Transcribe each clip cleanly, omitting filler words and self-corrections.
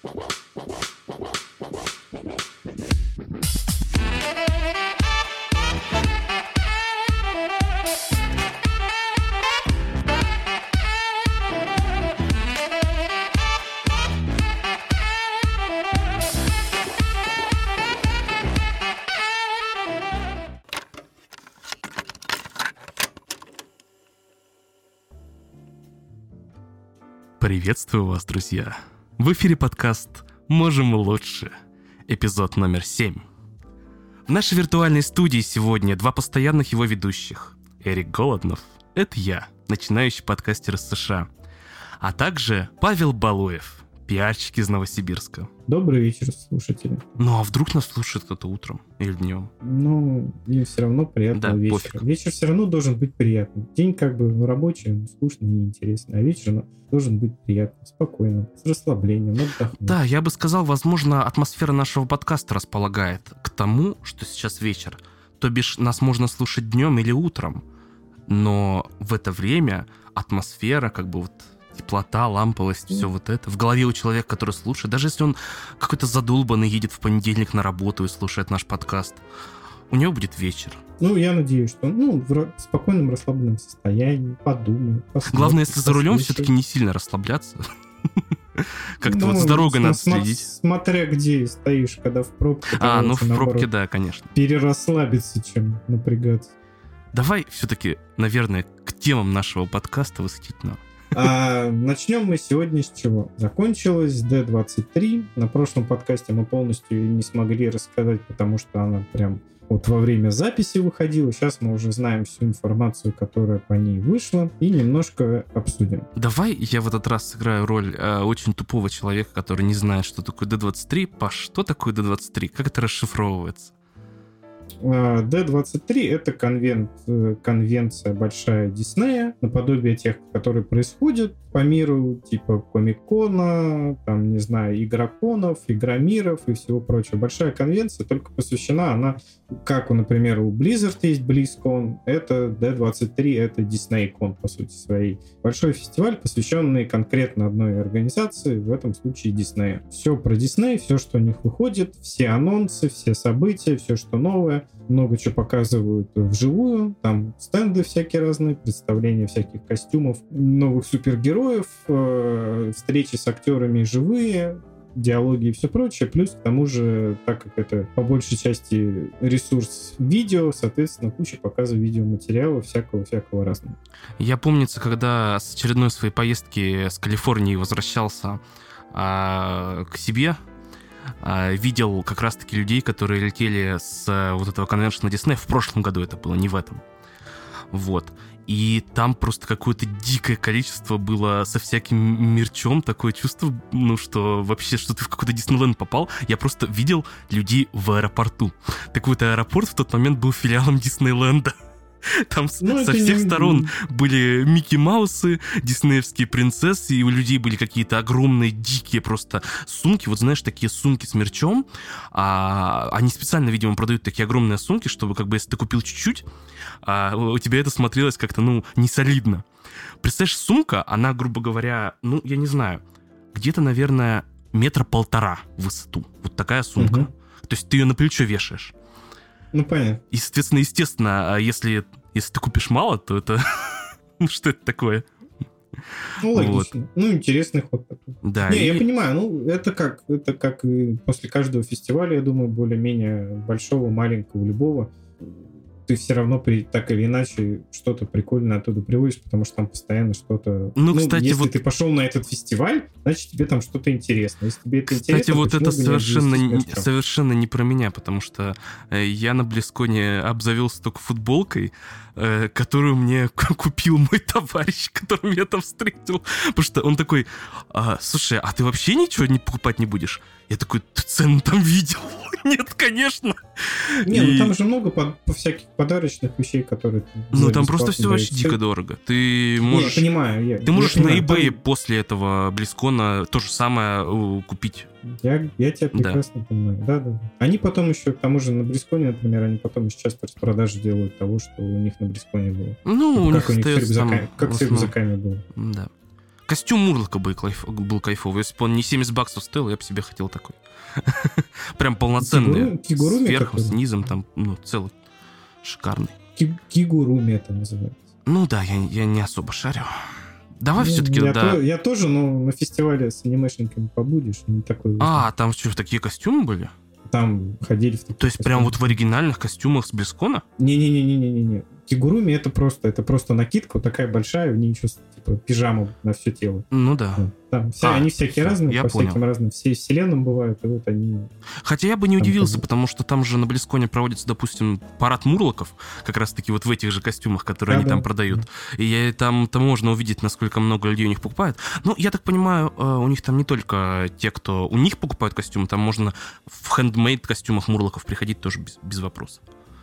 Приветствую вас, друзья! В эфире подкаст «Можем лучше», эпизод номер 7. В нашей виртуальной студии сегодня два постоянных его ведущих. Эрик Голоднов — это я, начинающий подкастер из США, а также Павел Балуев, пиарщик из Новосибирска. Добрый вечер, слушатели. Ну а вдруг нас слушает кто-то утром или днем? Ну, им все равно приятного вечера. Пофиг. Вечер все равно должен быть приятным. День как бы рабочий, скучный, неинтересный, а вечер должен быть приятным, спокойным, с расслаблением, отдохнуть. Да, я бы сказал, возможно, атмосфера нашего подкаста располагает к тому, что сейчас вечер. То бишь, нас можно слушать днем или утром, но в это время атмосфера, как бы вот теплота, ламповость, все вот это в голове у человека, который слушает, даже если он какой-то задолбанный едет в понедельник на работу и слушает наш подкаст, у него будет вечер. Ну, я надеюсь, что в спокойном, расслабленном состоянии, подумай. Главное, если за рулем, все-таки не сильно расслабляться. Как-то вот с дорогой надо следить. Смотря где стоишь, когда в пробке. В пробке, да, конечно. Перерасслабиться, чем напрягаться. Давай все-таки, наверное, к темам нашего подкаста восхитительного. Начнем мы сегодня с чего? Закончилась D23. На прошлом подкасте мы полностью не смогли рассказать, потому что она прям вот во время записи выходила. Сейчас мы уже знаем всю информацию, которая по ней вышла, и немножко обсудим. Давай я в этот раз сыграю роль очень тупого человека, который не знает, что такое D23. Паш, что такое D23? Как это расшифровывается? D23 — это конвенция большая Диснея, наподобие тех, которые происходят по миру, типа Комик-Кона, там, не знаю, Игроконов, Игромиров и всего прочего. Большая конвенция, только посвящена она, как, например, у Blizzard есть BlizzCon, это D23, это DisneyCon, по сути своей. Большой фестиваль, посвященный конкретно одной организации, в этом случае Disney. Все про Disney, все, что у них выходит, все анонсы, все события, все, что новое. Много чего показывают вживую, там стенды всякие разные, представления всяких костюмов, новых супергероев, встречи с актерами живые, диалоги и все прочее. Плюс к тому же, так как это по большей части ресурс видео, соответственно, куча показов видеоматериала всякого разного. Я помнится, когда с очередной своей поездки с Калифорнии возвращался к себе, видел как раз-таки людей, которые летели с вот этого конвеншена Диснея. В прошлом году это было, не в этом. Вот. И там просто какое-то дикое количество было со всяким мерчом. Такое чувство, что вообще, что ты в какой-то Диснейленд попал. Я просто видел людей в аэропорту. Так вот, аэропорт в тот момент был филиалом Диснейленда. Там со всех сторон были Микки Маусы, диснеевские принцессы, и у людей были какие-то огромные, дикие просто сумки. Вот знаешь, такие сумки с мерчом. Они специально, видимо, продают такие огромные сумки, чтобы, как бы, если ты купил чуть-чуть, у тебя это смотрелось как-то, не солидно. Представляешь, сумка, она, грубо говоря, я не знаю, где-то, наверное, 1,5 метра в высоту. Вот такая сумка. Угу. То есть ты ее на плечо вешаешь. Ну, понятно. И, естественно, если ты купишь мало, то это... что это такое? Логично. Вот. Интересный ход такой. Да. Я понимаю, это как и после каждого фестиваля, я думаю, более-менее большого, маленького, любого. Ты все равно так или иначе что-то прикольное оттуда приводишь, потому что там постоянно что-то... Кстати, если ты пошел на этот фестиваль, значит, тебе там что-то интересно. Если тебе это интересно... Кстати, вот это совершенно не про меня, потому что я на Близконе обзавелся только футболкой, которую мне купил мой товарищ, который меня там встретил. Потому что он такой: слушай, а ты вообще ничего покупать не будешь? Я такой: ты цену там видел? Нет, конечно. Там же много всяких подарочных вещей, которые... там просто все вообще дико дорого. Ты можешь... Я понимаю. Ты можешь на eBay после этого Близкона то же самое купить. Я тебя прекрасно понимаю. Да. Они потом еще, к тому же на Близконе, например, они потом сейчас распродажи делают того, что у них на Близконе было. У них как с рюкзаками было. Да. Костюм Мурлока был кайфовый. Если бы он не 70 баксов стоил, я бы себе хотел такой. Прям полноценный. Кигуруми, сверху, который? с низом, там, целый. Шикарный. Кигуруми это называется. Ну да, я не особо шарю. Давай Ну, все-таки, да. Я тоже, но на фестивале с анимешниками побудешь, не такой. Там что, такие костюмы были? Там ходили в таких То есть прям вот в оригинальных костюмах с Близкона? Не-не-не-не-не-не. Кигуруми это просто накидка вот такая большая, в ней еще типа пижама на все тело. Ну да. Там они всякие разные, я по понял. всяким разным вселенным бывают, и вот они... Хотя я бы не удивился, ходят. потому что там же на Близконе проводится, допустим, парад Мурлоков, как раз-таки вот в этих же костюмах, которые они там продают. И там можно увидеть, насколько много людей у них покупают. Ну, я так понимаю, у них там не только те, кто у них покупают костюмы, там можно в хендмейд костюмах Мурлоков приходить тоже без вопросов.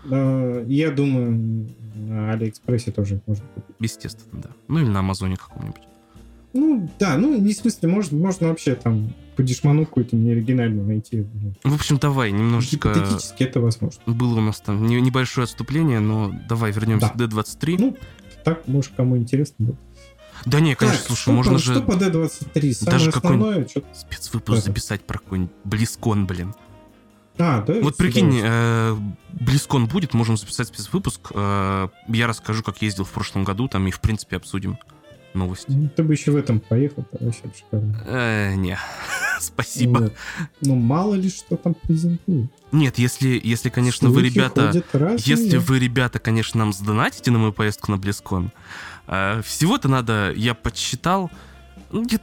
Я думаю, на Алиэкспрессе тоже можно купить. Естественно, да. Ну или на Амазоне каком-нибудь. Ну, да, не в смысле, можно вообще там по дешману какую-то неоригинальную найти. В общем, давай немножечко... Гипотетически это возможно. Было у нас там небольшое отступление, но давай вернемся к D23. Ну, так, может, кому интересно будет. Да не, конечно, Так, слушай, можно же... Что по D23? Самое даже основное... спецвыпуск записать про какой-нибудь Близкон, блин. Да, вот прикинь, Близкон будет, можем записать спецвыпуск. Я расскажу, как ездил в прошлом году, там и, в принципе, обсудим новости. Ты бы еще в этом поехал, вообще шикарно. Не, спасибо. Вот. Ну, мало ли что там презентуют. Нет, если, конечно, вы, ребята, конечно, нам сдонатите на мою поездку на Близкон, всего-то надо, я подсчитал, где-то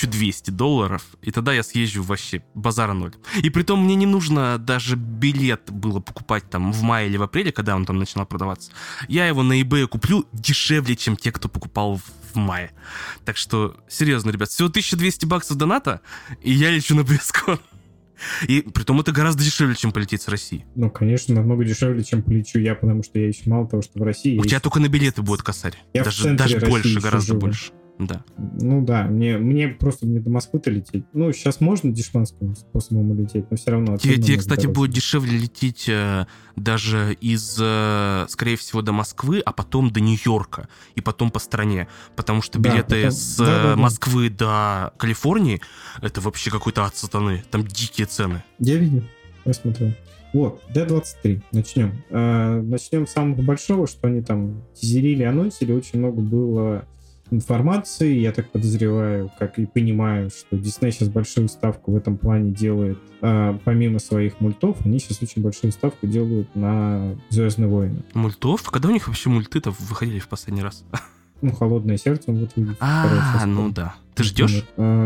$1200, и тогда я съезжу вообще базара ноль. И притом мне не нужно даже билет было покупать там в мае или в апреле, когда он там начинал продаваться. Я его на eBay куплю дешевле, чем те, кто покупал в мае. Так что, серьезно, ребят, всего $1200 доната, и я лечу на Близкон. И притом это гораздо дешевле, чем полететь с России. Ну, конечно, намного дешевле, чем полечу я, потому что я еще мало того, что в России... У тебя только на билеты будет косарь. Даже больше, гораздо больше. Да. Ну да, мне просто до Москвы-то лететь. Ну, сейчас можно дешманским способом улететь, но все равно... Тебе, кстати, будет дешевле лететь даже скорее всего, до Москвы, а потом до Нью-Йорка, и потом по стране. Потому что билеты с Москвы до Калифорнии, это вообще какой-то ад сатаны. Там дикие цены. Я видел, я смотрел. Вот, D23, начнем. Начнем с самого большого, что они там тизерили, анонсили, очень много было информации. Я так подозреваю, как и понимаю, что Disney сейчас большую ставку в этом плане делает. Помимо своих мультов, они сейчас очень большую ставку делают на «Звездные войны». Мультов? Когда у них вообще мульты-то выходили в последний раз? Ну, «Холодное сердце» он вот выйдет. Ну да. Ты ждешь?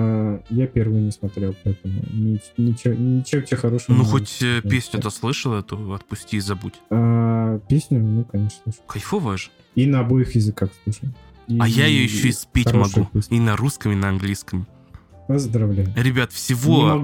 Я первый не смотрел, поэтому ничего тебе хорошего. Ну, хоть песню-то слышал, эту «Отпусти и забудь». Песню, ну, конечно, слышал. Кайфовая же. И на обоих языках слушал. А я ее еще и спеть могу. И на русском, и на английском. Поздравляю. Ребят, всего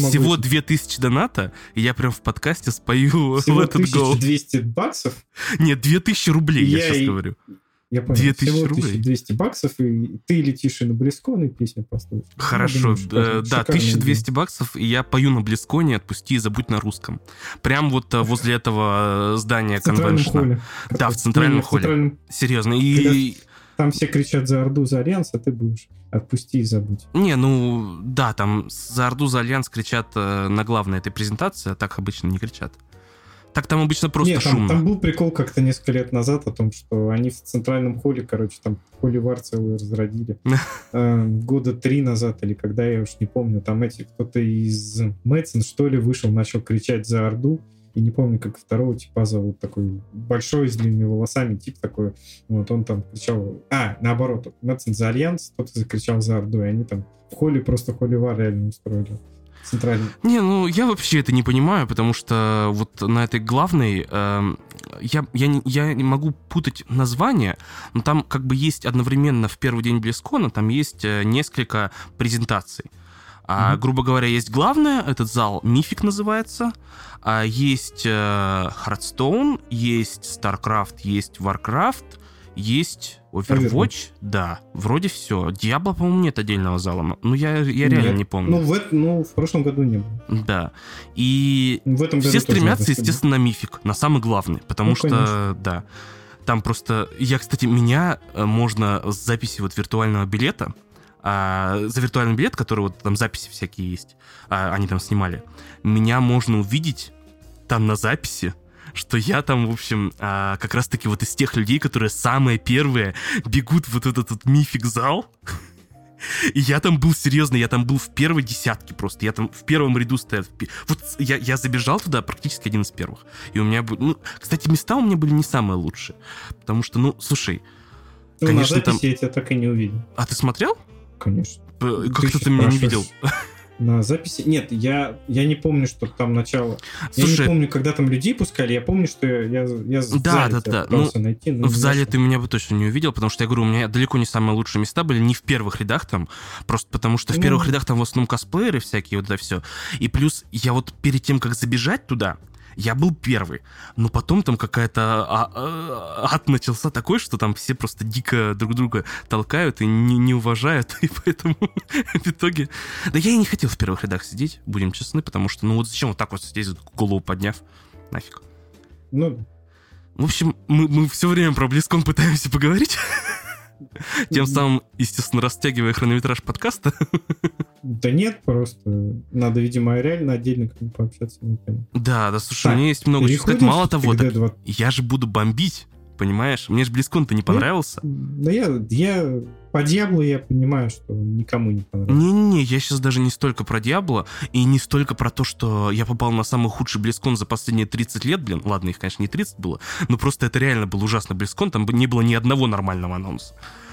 2000 доната, и я прям в подкасте спою всего Let It Go. $1200? Нет, 2000 рублей, я сейчас говорю. Я понял. 2000 рублей. $1200, и ты летишь и на Близкон, и песню послушаешь. Хорошо, да, $1200, и я пою на Близконе «Отпусти и забудь» на русском. Прям вот возле этого здания конвеншена. Да, в центральном холле. Серьезно. И... Там все кричат за Орду, за Альянс, а ты будешь «Отпусти и забудь». Не, ну, да, там за Орду, за Альянс кричат на главной этой презентации, а так обычно не кричат. Так там обычно просто шумно. Там был прикол как-то несколько лет назад о том, что они в центральном холле, короче, там холивар целый разродили. Года 3 назад, или когда, я уж не помню, там кто-то из Мэтсон, что ли, вышел, начал кричать за Орду. И не помню, как второго типа зовут, такой большой, с длинными волосами тип такой. Вот он там кричал... наоборот, Мэтсон за Альянс, кто-то закричал за Орду, и они там в холле просто холивар реально устроили. Центральный. Не, ну я вообще это не понимаю, потому что вот на этой главной я не могу путать названия, но там как бы есть одновременно в первый день Близкона, там есть несколько презентаций. Грубо говоря, есть главное, этот зал Мифик называется, есть Hearthstone, есть StarCraft, есть Warcraft, есть Overwatch, да, вроде все. Diablo, по-моему, нет отдельного зала, но я реально не помню. В прошлом году не было. Да, и в этом все стремятся, естественно, на Мифик, на самый главный, потому что, конечно. Да, там просто... Меня можно с записи вот виртуального билета за виртуальный билет, который вот там записи всякие есть, они там снимали, меня можно увидеть там на записи, что я там, в общем, как раз-таки вот из тех людей, которые самые первые бегут в вот этот вот мифик-зал. И я там был, серьезно, я там был в первой десятке просто. Я там в первом ряду стоял. Вот я забежал туда практически один из первых. И у меня были... Ну, кстати, места у меня были не самые лучшие. Потому что, ну, слушай... Ну, конечно, на записи там... я тебя так и не увидел. А ты смотрел? Конечно. Как ты меня не видел? На записи? Нет, я не помню, что там начало. Слушай, я не помню, когда там людей пускали. Я помню, что я в зале пытался найти. В зале ты меня бы точно не увидел, потому что, я говорю, у меня далеко не самые лучшие места были, не в первых рядах там, просто потому что в первых рядах там в основном косплееры всякие, вот это все. И плюс я вот перед тем, как забежать туда, я был первый, но потом там какая-то ад начался такой, что там все просто дико друг друга толкают и не уважают, и поэтому в итоге... Да я и не хотел в первых рядах сидеть, будем честны, потому что, ну вот зачем вот так вот сидеть, голову подняв, нафиг. Ну... В общем, мы все время про BlizzCon пытаемся поговорить, тем самым, естественно, растягивая хронометраж подкаста. Да нет, просто надо, видимо, реально отдельно как-то пообщаться на тему. Да, слушай, у меня есть много чего сказать. Мало того, я же буду бомбить, понимаешь? Мне же BlizzCon-то не понравился. Да я по Диаблу я понимаю, что никому не понравился. Не-не-не, я сейчас даже не столько про Диабло и не столько про то, что я попал на самый худший BlizzCon за последние 30 лет, блин. Ладно, их, конечно, не 30 было, но просто это реально был ужасный BlizzCon, там не было ни одного нормального анонса.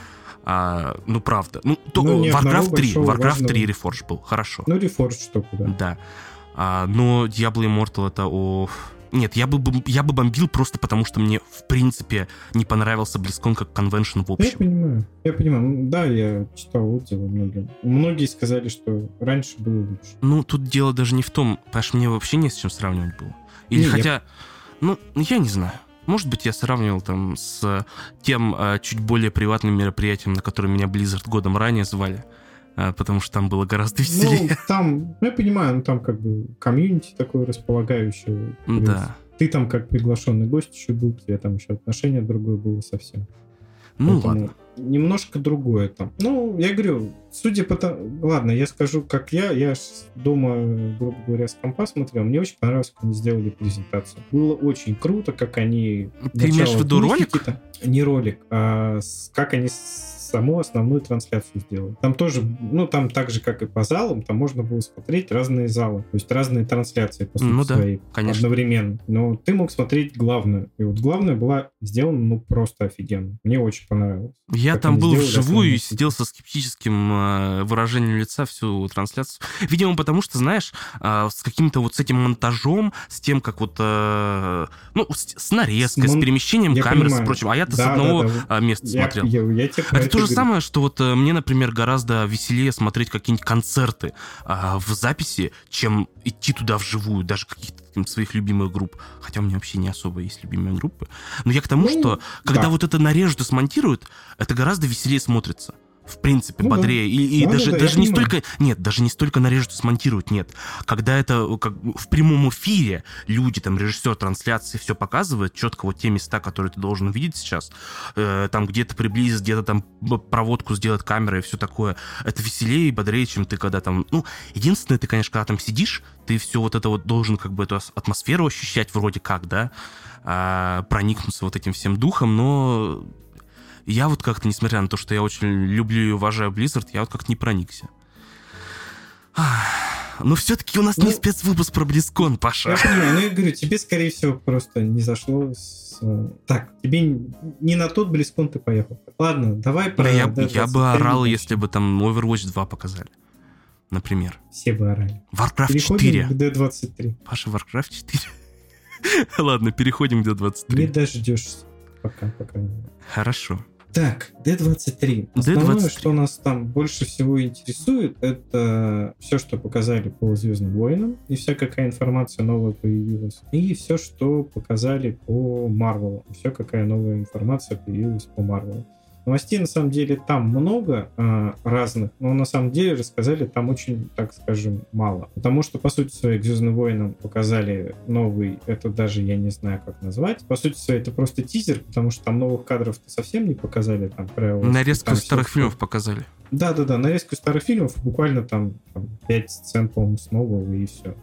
Ну, правда. Ну, Warcraft 3, Warcraft 3 Reforged был, хорошо. Ну, Reforged штуку, да. Да. Но Diablo Immortal это... Нет, я бы бомбил просто потому, что мне, в принципе, не понравился BlizzCon как конвеншн в общем. Я понимаю. Да, я читал отзывы многим. Многие сказали, что раньше было лучше. Ну, тут дело даже не в том, потому что мне вообще не с чем сравнивать было. Или ну, я не знаю. Может быть, я сравнивал там с тем чуть более приватным мероприятием, на которое меня Blizzard годом ранее звали. Потому что там было гораздо веселее. Ну, там, я понимаю, там как бы комьюнити такое располагающее. Да. Ты там как приглашенный гость еще был, тебе там еще отношение другое было совсем. Ну, ладно. Немножко другое там. Ну, я говорю, судя по тому... Ладно, я скажу, как я дома, грубо говоря, с компа смотрел. Мне очень понравилось, как они сделали презентацию. Было очень круто, как они... Ты имеешь в виду ролик? Не ролик, а как они саму основную трансляцию сделали. Там тоже, ну, там так же, как и по залам, там можно было смотреть разные залы, то есть разные трансляции, по сути, своей, конечно. одновременно. Но ты мог смотреть главную. И вот главная была сделана, ну, просто офигенно. Мне очень понравилось. Я там был вживую и сидел со скептическим выражением лица всю трансляцию. Видимо, потому что, знаешь, с каким-то вот с этим монтажом, с тем, как вот, ну, с нарезкой, с перемещением камеры, с прочим. А я-то с одного места смотрел. Это то же самое, что вот мне, например, гораздо веселее смотреть какие-нибудь концерты в записи, чем идти туда вживую, даже каких-то своих любимых групп. Хотя у меня вообще не особо есть любимые группы. Но я к тому, что когда вот это нарежут и смонтируют, это гораздо веселее смотрится. В принципе, бодрее. И даже не столько... Нет, даже не столько нарежут и смонтируют, нет. Когда это как в прямом эфире люди, там, режиссер трансляции все показывает, четко вот те места, которые ты должен увидеть сейчас, там где-то приблизить, где-то там проводку сделать камерой и все такое. Это веселее и бодрее, чем ты когда там... Ну, единственное, ты, конечно, когда там сидишь, ты все вот это вот должен как бы эту атмосферу ощущать вроде как, да, проникнуться вот этим всем духом, но... Я вот как-то, несмотря на то, что я очень люблю и уважаю Blizzard, я вот как-то не проникся. Но все-таки у нас не спецвыпуск про BlizzCon, Паша. Я понимаю, я говорю, тебе, скорее всего, просто не зашло Так, тебе не на тот BlizzCon ты поехал. Ладно, давай про... Я бы орал, если бы там Overwatch 2 показали. Например. Все бы орали. Warcraft 4. Переходим к D23. Паша, Warcraft 4. Ладно, переходим к D23. Не дождешься. Пока. Хорошо. Так, D23. Основное, что нас там больше всего интересует, это все, что показали по Звездным войнам, и вся какая информация новая появилась, и все, что показали по Марвелу, все, какая новая информация появилась по Марвелу. Новостей, на самом деле, там много разных, но на самом деле рассказали там очень, так скажем, мало. Потому что, по сути своей, к «Звездным войнам» показали новый, это даже я не знаю, как назвать. По сути своей, это просто тизер, потому что там новых кадров-то совсем не показали. Там, нарезку старых фильмов показали. Да-да-да, нарезку старых фильмов, буквально там 5 сцен, по-моему, с нового, и все.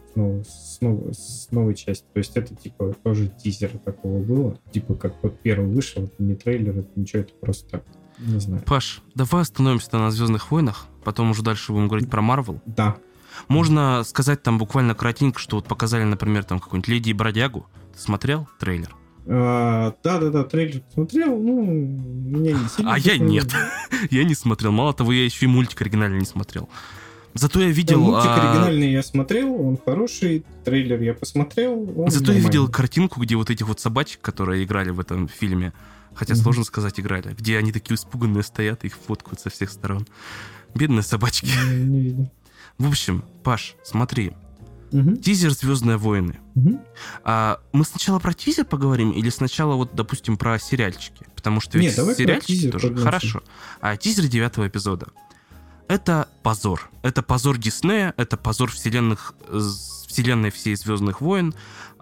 С новой части. То есть это, типа, тоже тизер такого было. Типа, как вот первый вышел, это не трейлер, это ничего, это просто так. Не знаю. Паш, давай остановимся на «Звездных войнах», потом уже дальше будем говорить про Марвел. Да. Можно сказать там буквально кратенько, что вот показали, например, там какую-нибудь «Леди и бродягу». Ты смотрел трейлер? Да, трейлер смотрел, меня не сильно... А я нет. Я не смотрел. Мало того, я еще и мультик оригинальный не смотрел. Зато я видел... Мультик оригинальный я смотрел, он хороший, трейлер я посмотрел, Зато я видел картинку, где вот этих вот собачек, которые играли в этом фильме, хотя сложно сказать играли, где они такие испуганные стоят, их фоткают со всех сторон. Бедные собачки. Не видел. В общем, Паш, смотри. Тизер «Звездные войны». Мы сначала про тизер поговорим или сначала вот, допустим, про сериальчики? Потому что ведь сериальчики тоже... Погнался. Хорошо. А тизер 9-го эпизода. Это позор. Это позор Диснея, это позор вселенной всей «Звездных войн».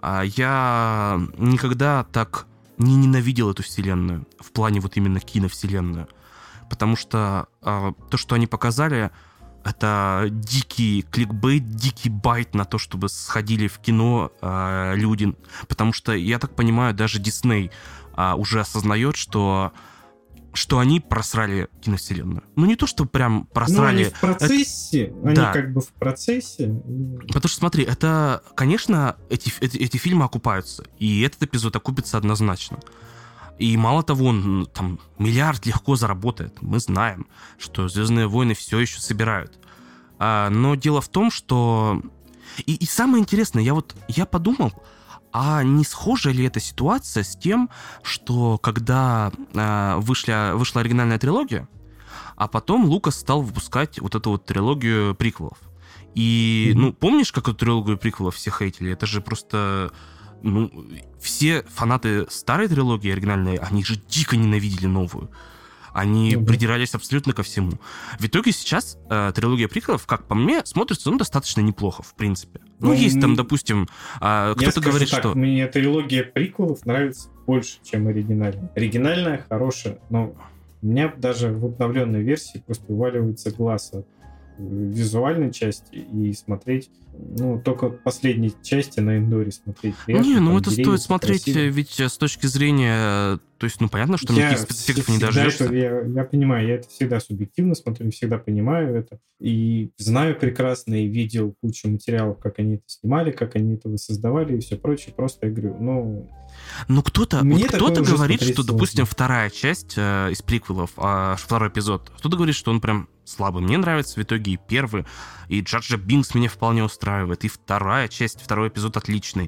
Я никогда так не ненавидел эту вселенную, в плане вот именно киновселенную. Потому что то, что они показали... Это дикий кликбейт, дикий байт на то, чтобы сходили в кино люди. Потому что, я так понимаю, даже Дисней уже осознает, что они просрали киновселенную. Ну, не то, что прям просрали... они в процессе. Они как бы в процессе. Потому что, смотри, это, конечно, эти фильмы окупаются. И этот эпизод окупится однозначно. И мало того, он там миллиард легко заработает. Мы знаем, что «Звездные войны» все еще собирают. Но дело в том, что... И самое интересное, я подумал, а не схожа ли эта ситуация с тем, что когда вышла оригинальная трилогия, а потом Лукас стал выпускать вот эту вот трилогию приквелов. И, помнишь, как эту трилогию приквелов все хейтили? Это же просто... все фанаты старой трилогии оригинальной, они же дико ненавидели новую. Они придирались абсолютно ко всему. В итоге сейчас трилогия приквелов, как по мне, смотрится достаточно неплохо, в принципе. Есть там, допустим, кто-то говорит, что... Мне трилогия приквелов нравится больше, чем оригинальная. Оригинальная хорошая, но у меня даже в обновленной версии просто уваливается глаз от визуальной части и смотреть, только последней части на Эндоре смотреть. Приятно, это стоит смотреть, красиво. Ведь с точки зрения, то есть, понятно, что никаких спецэффектов не дождешься. Я понимаю, я это всегда субъективно смотрю, всегда понимаю это, и знаю прекрасно, и видел кучу материалов, как они это снимали, как они это создавали и все прочее, просто я говорю, кто-то говорит, что, допустим, вторая часть из приквелов, второй эпизод, кто-то говорит, что он прям слабый. Мне нравится в итоге и первый, и Джаджа Бинкс меня вполне устраивает, и вторая часть, второй эпизод отличный,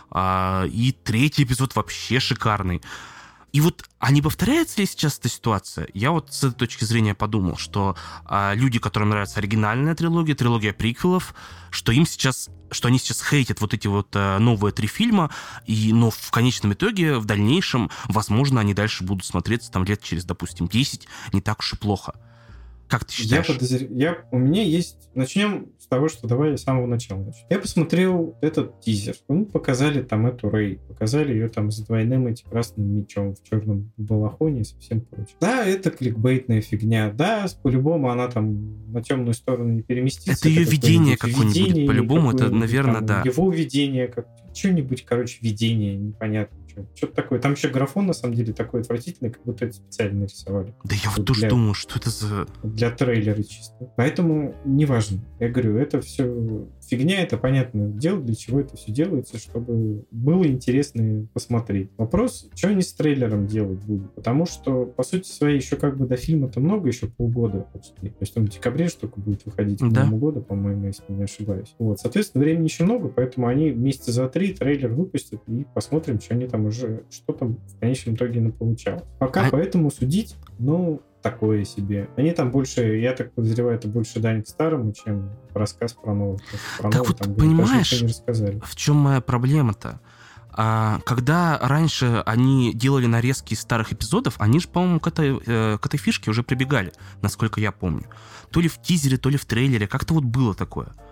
и третий эпизод вообще шикарный. И а не повторяется ли сейчас эта ситуация? Я с этой точки зрения подумал, что люди, которым нравится оригинальная трилогия приквелов, что они сейчас хейтят вот эти новые 3 фильма, но в конечном итоге, в дальнейшем, возможно, они дальше будут смотреться лет через, допустим, 10, не так уж и плохо. Как ты считаешь? У меня есть... Начнем с того, что давай с самого начала начнем. Я посмотрел этот тизер. Показали там эту Рей. Показали ее там с двойным этим красным мечом в черном балахоне и совсем прочее. Да, это кликбейтная фигня. Да, по-любому она там на темную сторону не переместится. Это ее видение какое-нибудь. По-любому это, наверное, да. Его видение, что-нибудь, видение непонятно. Что-то такое. Там еще графон, на самом деле, такой отвратительный, как будто это специально нарисовали. Да я тоже думаю, что это за... Для трейлера чисто. Поэтому неважно. Я говорю, это все фигня, это понятное дело, для чего это все делается, чтобы было интересно посмотреть. Вопрос, что они с трейлером делать будут? Потому что, по сути своей, еще до фильма-то много, еще полгода почти. То есть он в декабре штука будет выходить к Новому году, по-моему, если не ошибаюсь. Соответственно, времени еще много, поэтому они месяца за 3 трейлер выпустят и посмотрим, что они там уже, что там в конечном итоге получалось. Пока поэтому судить, такое себе. Они там больше, я так подозреваю, это больше дань к старому, чем рассказ про новое. Понимаешь, в чем моя проблема-то? Когда раньше они делали нарезки из старых эпизодов, они же, по-моему, к этой фишке уже прибегали, насколько я помню. То ли в тизере, то ли в трейлере. Как-то было такое.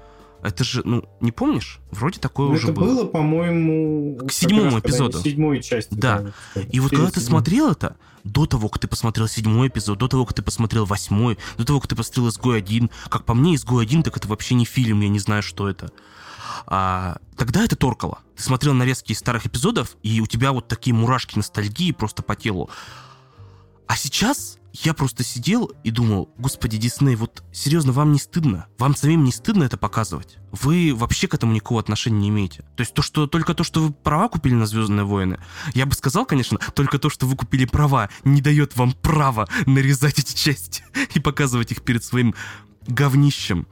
Это же, не помнишь? Вроде такое уже было. Это было, по-моему... К 7 эпизоду. 7 части. Да. И вот когда ты смотрел это, до того, как ты посмотрел 7 эпизод, до того, как ты посмотрел 8, до того, как ты посмотрел «Изгой 1», как по мне, «Изгой 1», так это вообще не фильм, я не знаю, что это. Тогда это торкало. Ты смотрел нарезки из старых эпизодов, и у тебя вот такие мурашки ностальгии просто по телу. А сейчас я просто сидел и думал, господи, Дисней, вот серьезно, вам не стыдно? Вам самим не стыдно это показывать? Вы вообще к этому никакого отношения не имеете. То есть только то, что вы права купили на «Звездные войны», я бы сказал, конечно, только то, что вы купили права, не дает вам права нарезать эти части и показывать их перед своим говнищем.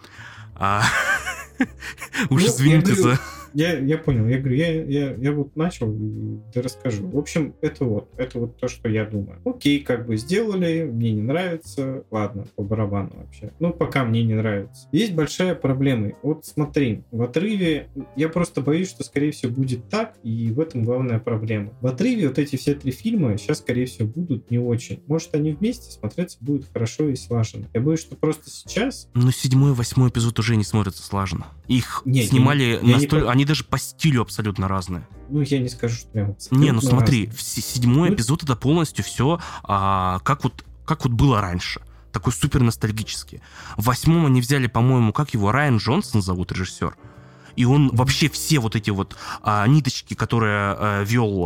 Уж извините за... Я понял, я говорю, я вот начал и расскажу. В общем, это вот то, что я думаю. Окей, как бы сделали, мне не нравится, ладно, по барабану вообще. Пока мне не нравится. Есть большая проблема. Вот смотри, в отрыве, я просто боюсь, что, скорее всего, будет так, и в этом главная проблема. В отрыве вот эти все 3 фильма сейчас, скорее всего, будут не очень. Может, они вместе смотреться будут хорошо и слаженно. Я боюсь, что просто сейчас... Но 7 и 8 эпизод уже не смотрятся слаженно. Их снимали настолько... Они даже по стилю абсолютно разные. Я не скажу, что прям абсолютно смотри, 7 эпизод это полностью все как вот было раньше. Такой супер ностальгический. В 8 они взяли, по-моему, как его, Райан Джонсон зовут, режиссер. И он вообще все вот эти вот ниточки, которые вел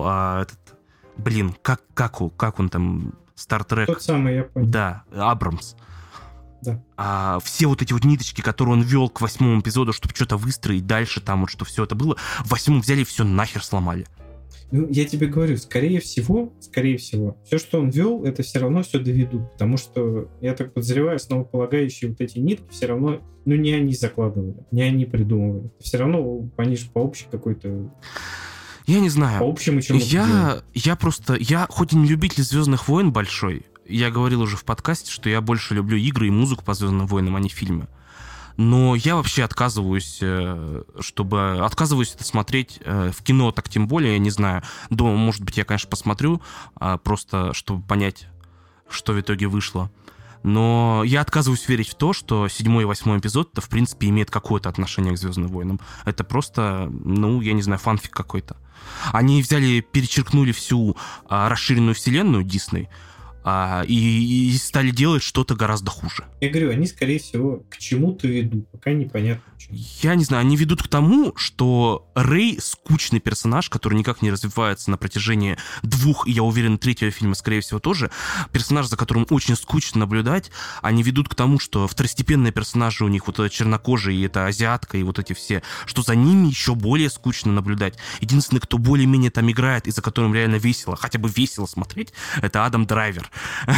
как он там, Стартрек. Тот самый, я понял. Да, Абрамс. Да. Все вот эти вот ниточки, которые он вел к 8 эпизоду, чтобы что-то выстроить дальше, там вот, что все это было, в 8 взяли и все нахер сломали. Я тебе говорю, скорее всего, все, что он вел, это все равно все доведут, потому что, я так подозреваю, основополагающие вот эти нитки все равно, не они закладывали, не они придумывали. Все равно они же по общей какой-то... Я не знаю. По общему чему-то. Я хоть и не любитель «Звездных войн» большой, я говорил уже в подкасте, что я больше люблю игры и музыку по «Звездным войнам», а не фильмы. Но я вообще отказываюсь это смотреть в кино, так тем более, я не знаю. Дома, может быть, я, конечно, посмотрю, просто чтобы понять, что в итоге вышло. Но я отказываюсь верить в то, что 7 и 8 эпизод, в принципе, имеет какое-то отношение к «Звездным войнам». Это просто, я не знаю, фанфик какой-то. Они перечеркнули всю расширенную вселенную Дисней, и стали делать что-то гораздо хуже. Я говорю, они, скорее всего, к чему-то ведут, пока непонятно почему. Я не знаю, они ведут к тому, что Рей скучный персонаж, который никак не развивается на протяжении 2, и я уверен, 3-го фильма, скорее всего, тоже. Персонаж, за которым очень скучно наблюдать. Они ведут к тому, что второстепенные персонажи у них, вот эта чернокожая, и эта азиатка, и вот эти все, что за ними еще более скучно наблюдать. Единственный, кто более-менее там играет, и за которым реально весело, хотя бы весело смотреть, это Адам Драйвер.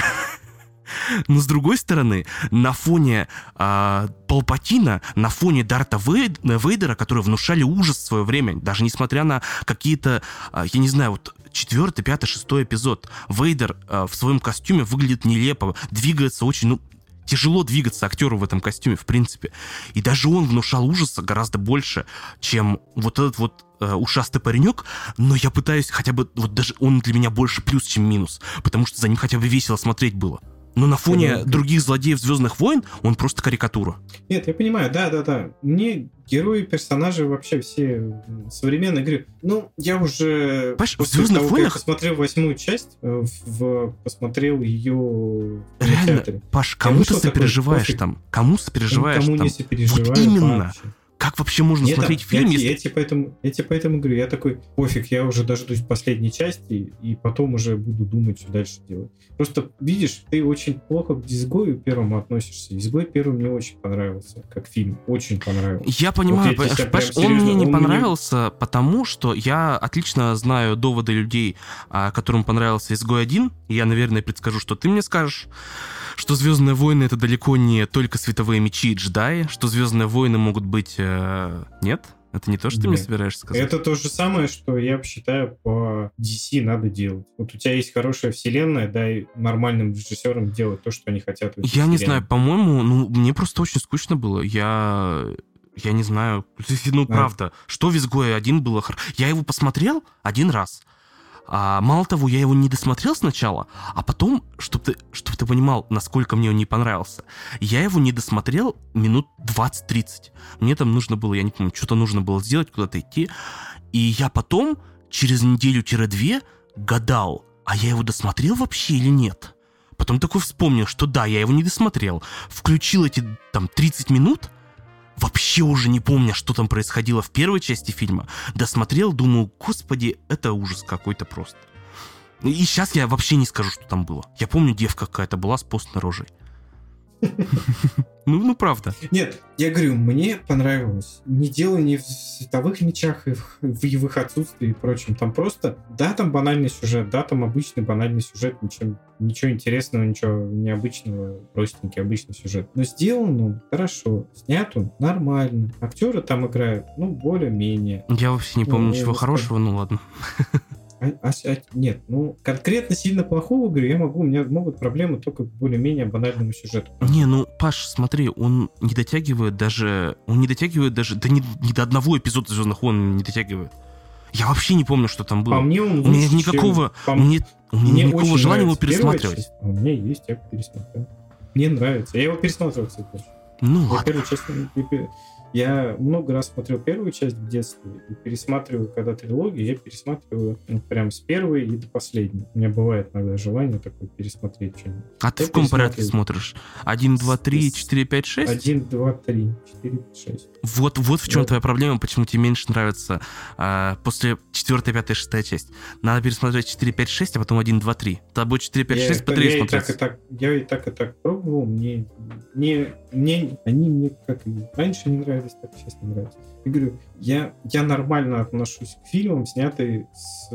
Но с другой стороны, на фоне Палпатина, на фоне Дарта Вейдера, которые внушали ужас в свое время, даже несмотря на какие-то, я не знаю, вот 4, 5, 6 эпизод, Вейдер в своем костюме выглядит нелепо, двигается очень, тяжело двигаться актеру в этом костюме, в принципе. И даже он внушал ужаса гораздо больше, чем вот этот вот ушастый паренек, но я пытаюсь хотя бы, вот даже он для меня больше плюс, чем минус, потому что за ним хотя бы весело смотреть было. Но на фоне других злодеев «Звездных войн» он просто карикатура. Нет, я понимаю, да. Мне герои, персонажи вообще все современные. Говорю, я уже... Понимаешь, в «Звездных войнах»... Я посмотрел 8 часть, посмотрел ее в реально, театре. Паш, кому ты сопереживаешь там? Кому сопереживаешь там? Не сопереживаю. Вот именно. Как вообще можно смотреть фильм, если... Я тебе поэтому говорю, я такой, пофиг, я уже дождусь последней части, и потом уже буду думать, что дальше делать. Просто, видишь, ты очень плохо к «Изгою» первому относишься. «Изгой» первый мне очень понравился, как фильм, очень понравился. Я понимаю, он мне не понравился, потому что я отлично знаю доводы людей, которым понравился «Изгой 1», и я, наверное, предскажу, что ты мне скажешь, что «Звездные войны» — это далеко не только световые мечи и джедаи, что «Звездные войны» могут быть... Нет? Это не то, что ты мне собираешься сказать? Это то же самое, что я считаю, по DC надо делать. Вот у тебя есть хорошая вселенная, дай нормальным режиссерам делать то, что они хотят. Я не знаю, по-моему, мне просто очень скучно было. Я не знаю. Правда, что в «Изгое 1» было... Я его посмотрел один раз. Мало того, я его не досмотрел сначала, а потом, чтоб ты понимал, насколько мне он не понравился, я его не досмотрел минут 20-30. Мне там нужно было, я не помню, что-то нужно было сделать, куда-то идти. И я потом, через неделю-две, гадал, а я его досмотрел вообще или нет? Потом такой вспомнил, что да, я его не досмотрел. Включил эти там 30 минут, вообще уже не помня, что там происходило в первой части фильма. Досмотрел, думаю, господи, это ужас какой-то просто. И сейчас я вообще не скажу, что там было. Я помню, девка какая-то была с постной рожей. Ну, правда. Нет, я говорю, мне понравилось. Не дело не в световых мечах и в их отсутствии и прочем. Там просто, да, там банальный сюжет, да, там обычный банальный сюжет, ничего интересного, ничего необычного, простенький, обычный сюжет. Но сделан он хорошо, снят он нормально. Актеры там играют, более-менее. Я вообще не помню ничего хорошего, ну ладно. Нет, конкретно сильно плохого, говорю, у меня могут проблемы только к более-менее банальному сюжету. Не, Паш, смотри, он не дотягивает даже, да ни до одного эпизода «Звездных войн» он не дотягивает. Я вообще не помню, что там было. По мне он у меня никакого желания его пересматривать. У меня есть, я пересмотрел. Мне нравится. Я его пересматривал, кстати, тоже. Я много раз смотрел первую часть в детстве и пересматриваю, когда трилогию, я пересматриваю прям с первой и до последней. У меня бывает иногда желание такое пересмотреть что-нибудь. А ты в каком порядке смотришь? 1, 2, 3, 4, 5, 6? 1, 2, 3, 4, 5, 6. Вот в чем твоя проблема, почему тебе меньше нравится после 4, 5, 6 часть. Надо пересмотреть 4, 5, 6, а потом 1, 2, 3. Тогда будет 4, 5, 6 по 3 смотреть. Я и так пробовал. Мне как и раньше не нравились, так и сейчас не нравятся. Я говорю, я нормально отношусь к фильмам, снятым с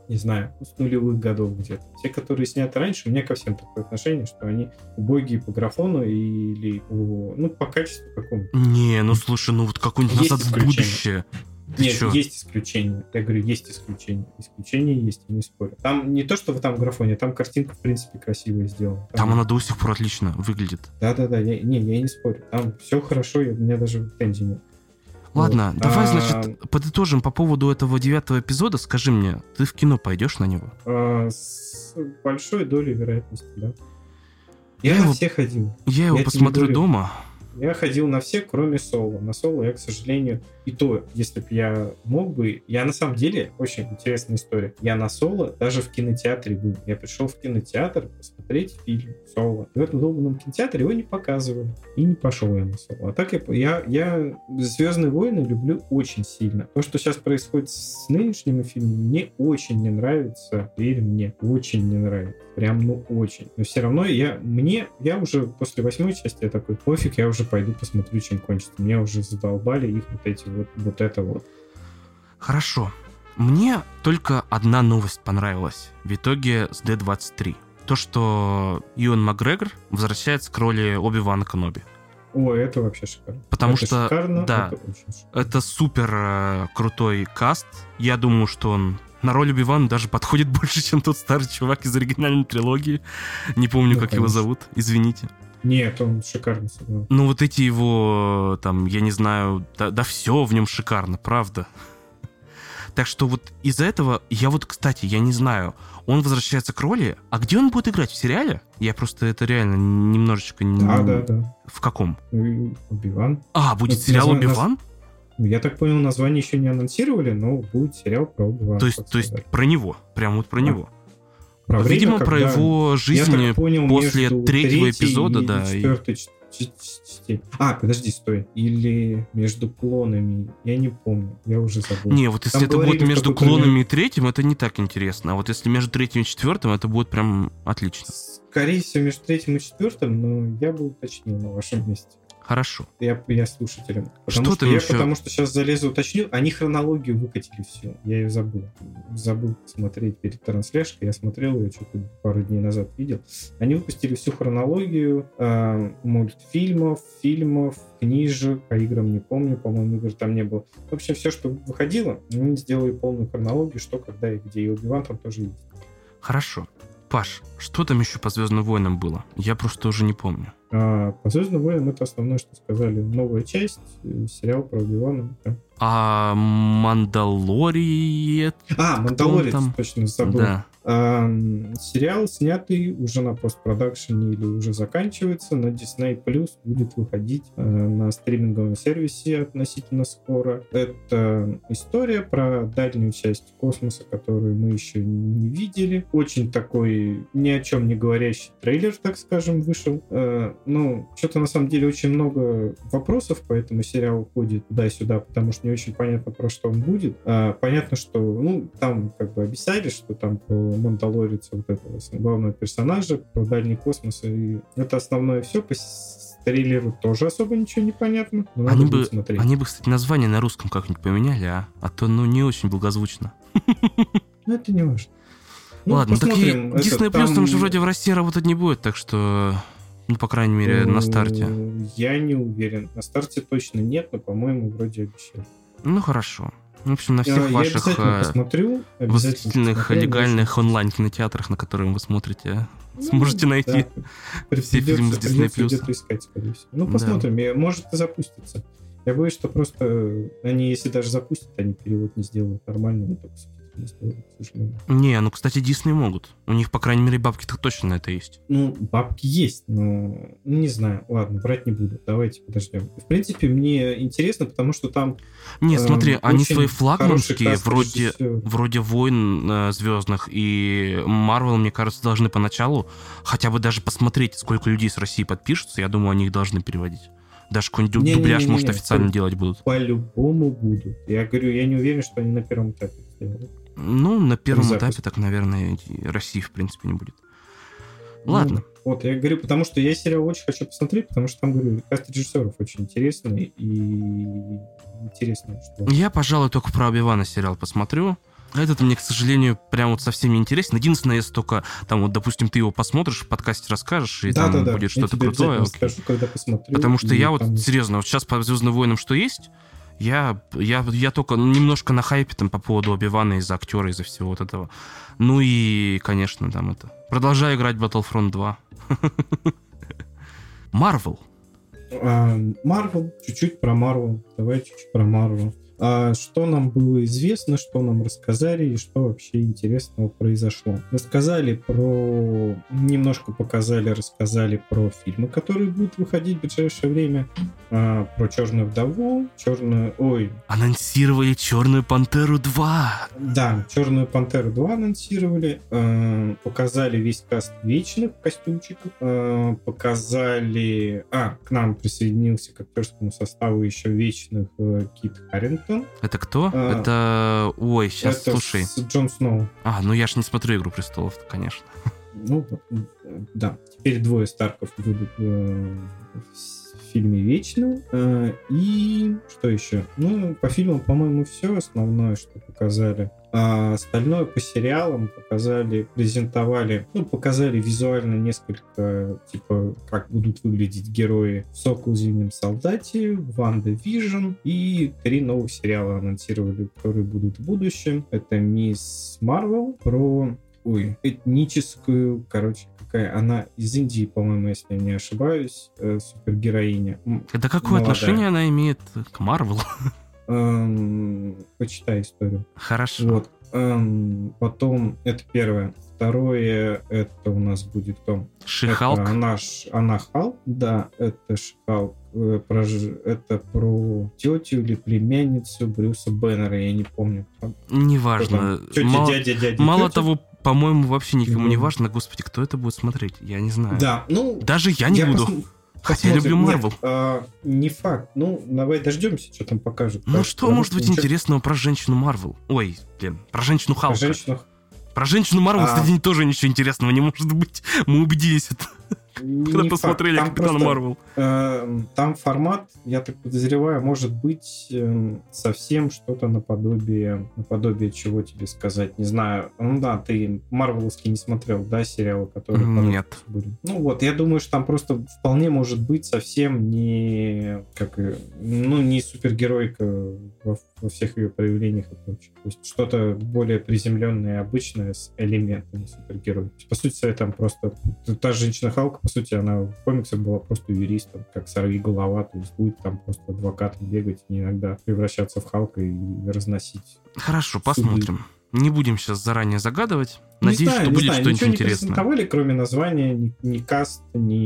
нулевых годов где-то. Те, которые сняты раньше, у меня ко всем такое отношение, что они убогие по графону или по качеству какому-то. Не, слушай, вот какой-нибудь «Назад в будущее». Нет, есть исключения. Я говорю, есть исключения. Исключения есть, я не спорю. Там не то, что там в графоне, там картинка, в принципе, красивая сделана. Там она до сих пор отлично выглядит. Да-да-да, я не спорю. Там все хорошо, у меня даже претензий нет. Ладно, давай, значит, подытожим по поводу этого 9-го эпизода. Скажи мне, ты в кино пойдешь на него? С большой долей вероятности, да. Я на все ходил. Я его посмотрю дома. Я ходил на все, кроме Соло. На Соло я, к сожалению, и то, если бы я мог бы... Я на самом деле, очень интересная история. Я на Соло даже в кинотеатре был. Я пришел в кинотеатр посмотреть фильм Соло. В этом долбанном кинотеатре его не показывали. И не пошел я на Соло. А так я «Звездные войны» люблю очень сильно. То, что сейчас происходит с нынешними фильмами, мне очень не нравится. Верь мне, очень не нравится. Прям, очень. Но все равно я уже после 8-й части я такой, пофиг, я уже пойду посмотрю, чем кончится. Меня уже задолбали их вот это вот. Хорошо. Мне только одна новость понравилась в итоге с D23. То, что Юэн Макгрегор возвращается к роли Оби-Вана Кеноби. О, это вообще шикарно. Потому это что, шикарно, да, это супер крутой каст. Я думаю, что он на роль Оби-Вана даже подходит больше, чем тот старый чувак из оригинальной трилогии. Не помню, как его зовут, извините. Нет, он шикарно сыграл. Вот эти его, там, я не знаю, да все в нем шикарно, правда. Так что вот из-за этого кстати, я не знаю, он возвращается к роли, а где он будет играть? В сериале? Я просто это реально немножечко... Да. В каком? Оби-Ван. Будет сериал Оби-Ван? Я так понял, название еще не анонсировали, но будет сериал про Оби-Вана. То есть про него, прям вот про него. Видимо, про его жизнь после 3-го эпизода, да. Подожди, стой. Или между клонами. Я не помню. Я уже забыл. Не, вот если это будет между клонами и 3-м, это не так интересно. А вот если между 3-м и 4-м, это будет прям отлично. Скорее всего, между 3-м и 4-м, но я бы уточнил на вашем месте. Хорошо. Я слушателям. Потому что сейчас залезу, уточню. Они хронологию выкатили всю. Я ее забыл. Забыл смотреть перед трансляцией. Я смотрел ее что-то пару дней назад видел. Они выпустили всю хронологию мультфильмов, фильмов, книжек. По играм не помню. По-моему, игр там не было. В общем, все, что выходило, они сделали полную хронологию, что, когда и где. И Оби-Ван там тоже есть. Хорошо. Паш, что там еще по «Звездным войнам» было? Я просто уже не помню. По «Звездным войнам» это основное, что сказали. Новая часть, сериал про Оби-Вана. Да. А «Мандалорец»? «Мандалорец», точно забыл. Да. Сериал, снятый уже на постпродакшене или уже заканчивается, на Disney Plus будет выходить на стриминговом сервисе относительно скоро. Это история про дальнюю часть космоса, которую мы еще не видели. Очень такой ни о чем не говорящий трейлер, так скажем, вышел. Что-то на самом деле очень много вопросов по этому сериалу ходит туда-сюда, потому что не очень понятно, про что он будет. Понятно, что там как бы обещали, что там по Мандалорица, вот этого главного персонажа, про дальний космос, и это основное все. По трейлеру тоже особо ничего не понятно. Они бы, кстати, название на русском как-нибудь поменяли, а то не очень благозвучно. Это не важно. Ладно, такие Disney Plus там же вроде в России работать не будет, так что, по крайней мере, на старте. Я не уверен. На старте точно нет, но, по-моему, вроде обещали. Хорошо. В общем, на всех ваших восхитительных легальных онлайн-кинотеатрах, на которые вы смотрите, сможете найти все фильмы с Disney+. Где-то искать, скорее всего. Посмотрим. Может и запустится. Я боюсь, что просто они, если даже запустят, они перевод не сделают нормально, не только не сделают, к сожалению. Не, кстати, Disney могут. У них, по крайней мере, бабки-то точно на это есть. Бабки есть, но не знаю. Ладно, брать не буду. Давайте подождем. В принципе, мне интересно, потому что там... Не, смотри, они свои флагманские, вроде «Войн звездных» и «Марвел», мне кажется, должны поначалу хотя бы даже посмотреть, сколько людей с России подпишутся. Я думаю, они их должны переводить. Даже какой-нибудь дубляж, может, официально делать будут. По-любому будут. Я говорю, я не уверен, что они на первом этапе сделают. На первом этапе так, наверное, России, в принципе, не будет. Ладно. Я говорю, потому что я сериал очень хочу посмотреть, потому что там, говорю, каст режиссеров очень интересный и интересно, что... Я, пожалуй, только про Оби-Вана сериал посмотрю. Этот мне, к сожалению, прям совсем не интересен. Единственное, если только, допустим, ты его посмотришь, в подкасте расскажешь, и там будет что-то крутое. Скажу, когда посмотрю. Потому что я серьезно, сейчас по «Звездным войнам» что есть, я только немножко на хайпе там по поводу Оби-Вана из-за актера, из-за всего вот этого. И, конечно, там это... Продолжаю играть Battlefront 2. Марвел. Марвел. Чуть-чуть про Марвел. Давай чуть-чуть про Марвел. Что нам было известно, что нам рассказали и что вообще интересного произошло. Рассказали про фильмы, которые будут выходить в ближайшее время. Про «Черную вдову», Анонсировали «Черную пантеру 2». Да, «Черную пантеру 2» анонсировали. Показали весь каст Вечных в костюмчиках. Показали... К нам присоединился к актерскому составу еще Вечных Кит Харингтон. Это кто? Это... сейчас, это слушай. Джон Сноу. Я ж не смотрю «Игру престолов», конечно. Да. Теперь двое Старков будут в фильме «Вечный». И что еще? По фильмам, по-моему, все основное, что показали. Остальное по сериалам презентовали визуально несколько, как будут выглядеть герои в «Сокол Зимнем солдате», «Ванда Вижн», и 3 новых сериала анонсировали, которые будут в будущем. Это «Мисс Марвел» про этническую, она из Индии, по-моему, если я не ошибаюсь, супергероиня. Это какое отношение она имеет к Марвелу? Почитай историю. Хорошо. Потом, это первое. Второе, это у нас будет кто? Ши-Халк? Она Халк, да, это Ши-Халк. Это про тетю или племянницу Брюса Бэннера, я не помню. Неважно. Дядя. Мало того, по-моему, вообще никому не важно. Господи, кто это будет смотреть? Я не знаю. Да, даже я не буду. Хотя я люблю Марвел. Не факт. Давай дождемся, что там покажут. Что может быть интересного про женщину Марвел? Про женщину Халка. Про женщину Марвел, кстати, тоже ничего интересного не может быть. Мы убедились Когда посмотрели Капитана Марвел. Там формат, я так подозреваю, может быть совсем что-то наподобие чего тебе сказать, не знаю. Ну да, ты марвеловский не смотрел, да, сериалы, которые... Нет. Были. Ну вот, я думаю, что там просто вполне может быть совсем не супергеройка во всех ее проявлениях и прочее. То есть что-то более приземленное и обычное с элементами супергероя. По сути, там просто... Та женщина-Халк, по сути, она в комиксах была просто юристом, как сорвиголова, то есть будет там просто адвокатом бегать и иногда превращаться в Халка и разносить. Хорошо, посмотрим. Не будем сейчас заранее загадывать. Надеюсь, что будет что-нибудь интересное. Ничего не презентовали, кроме названия, ни каст,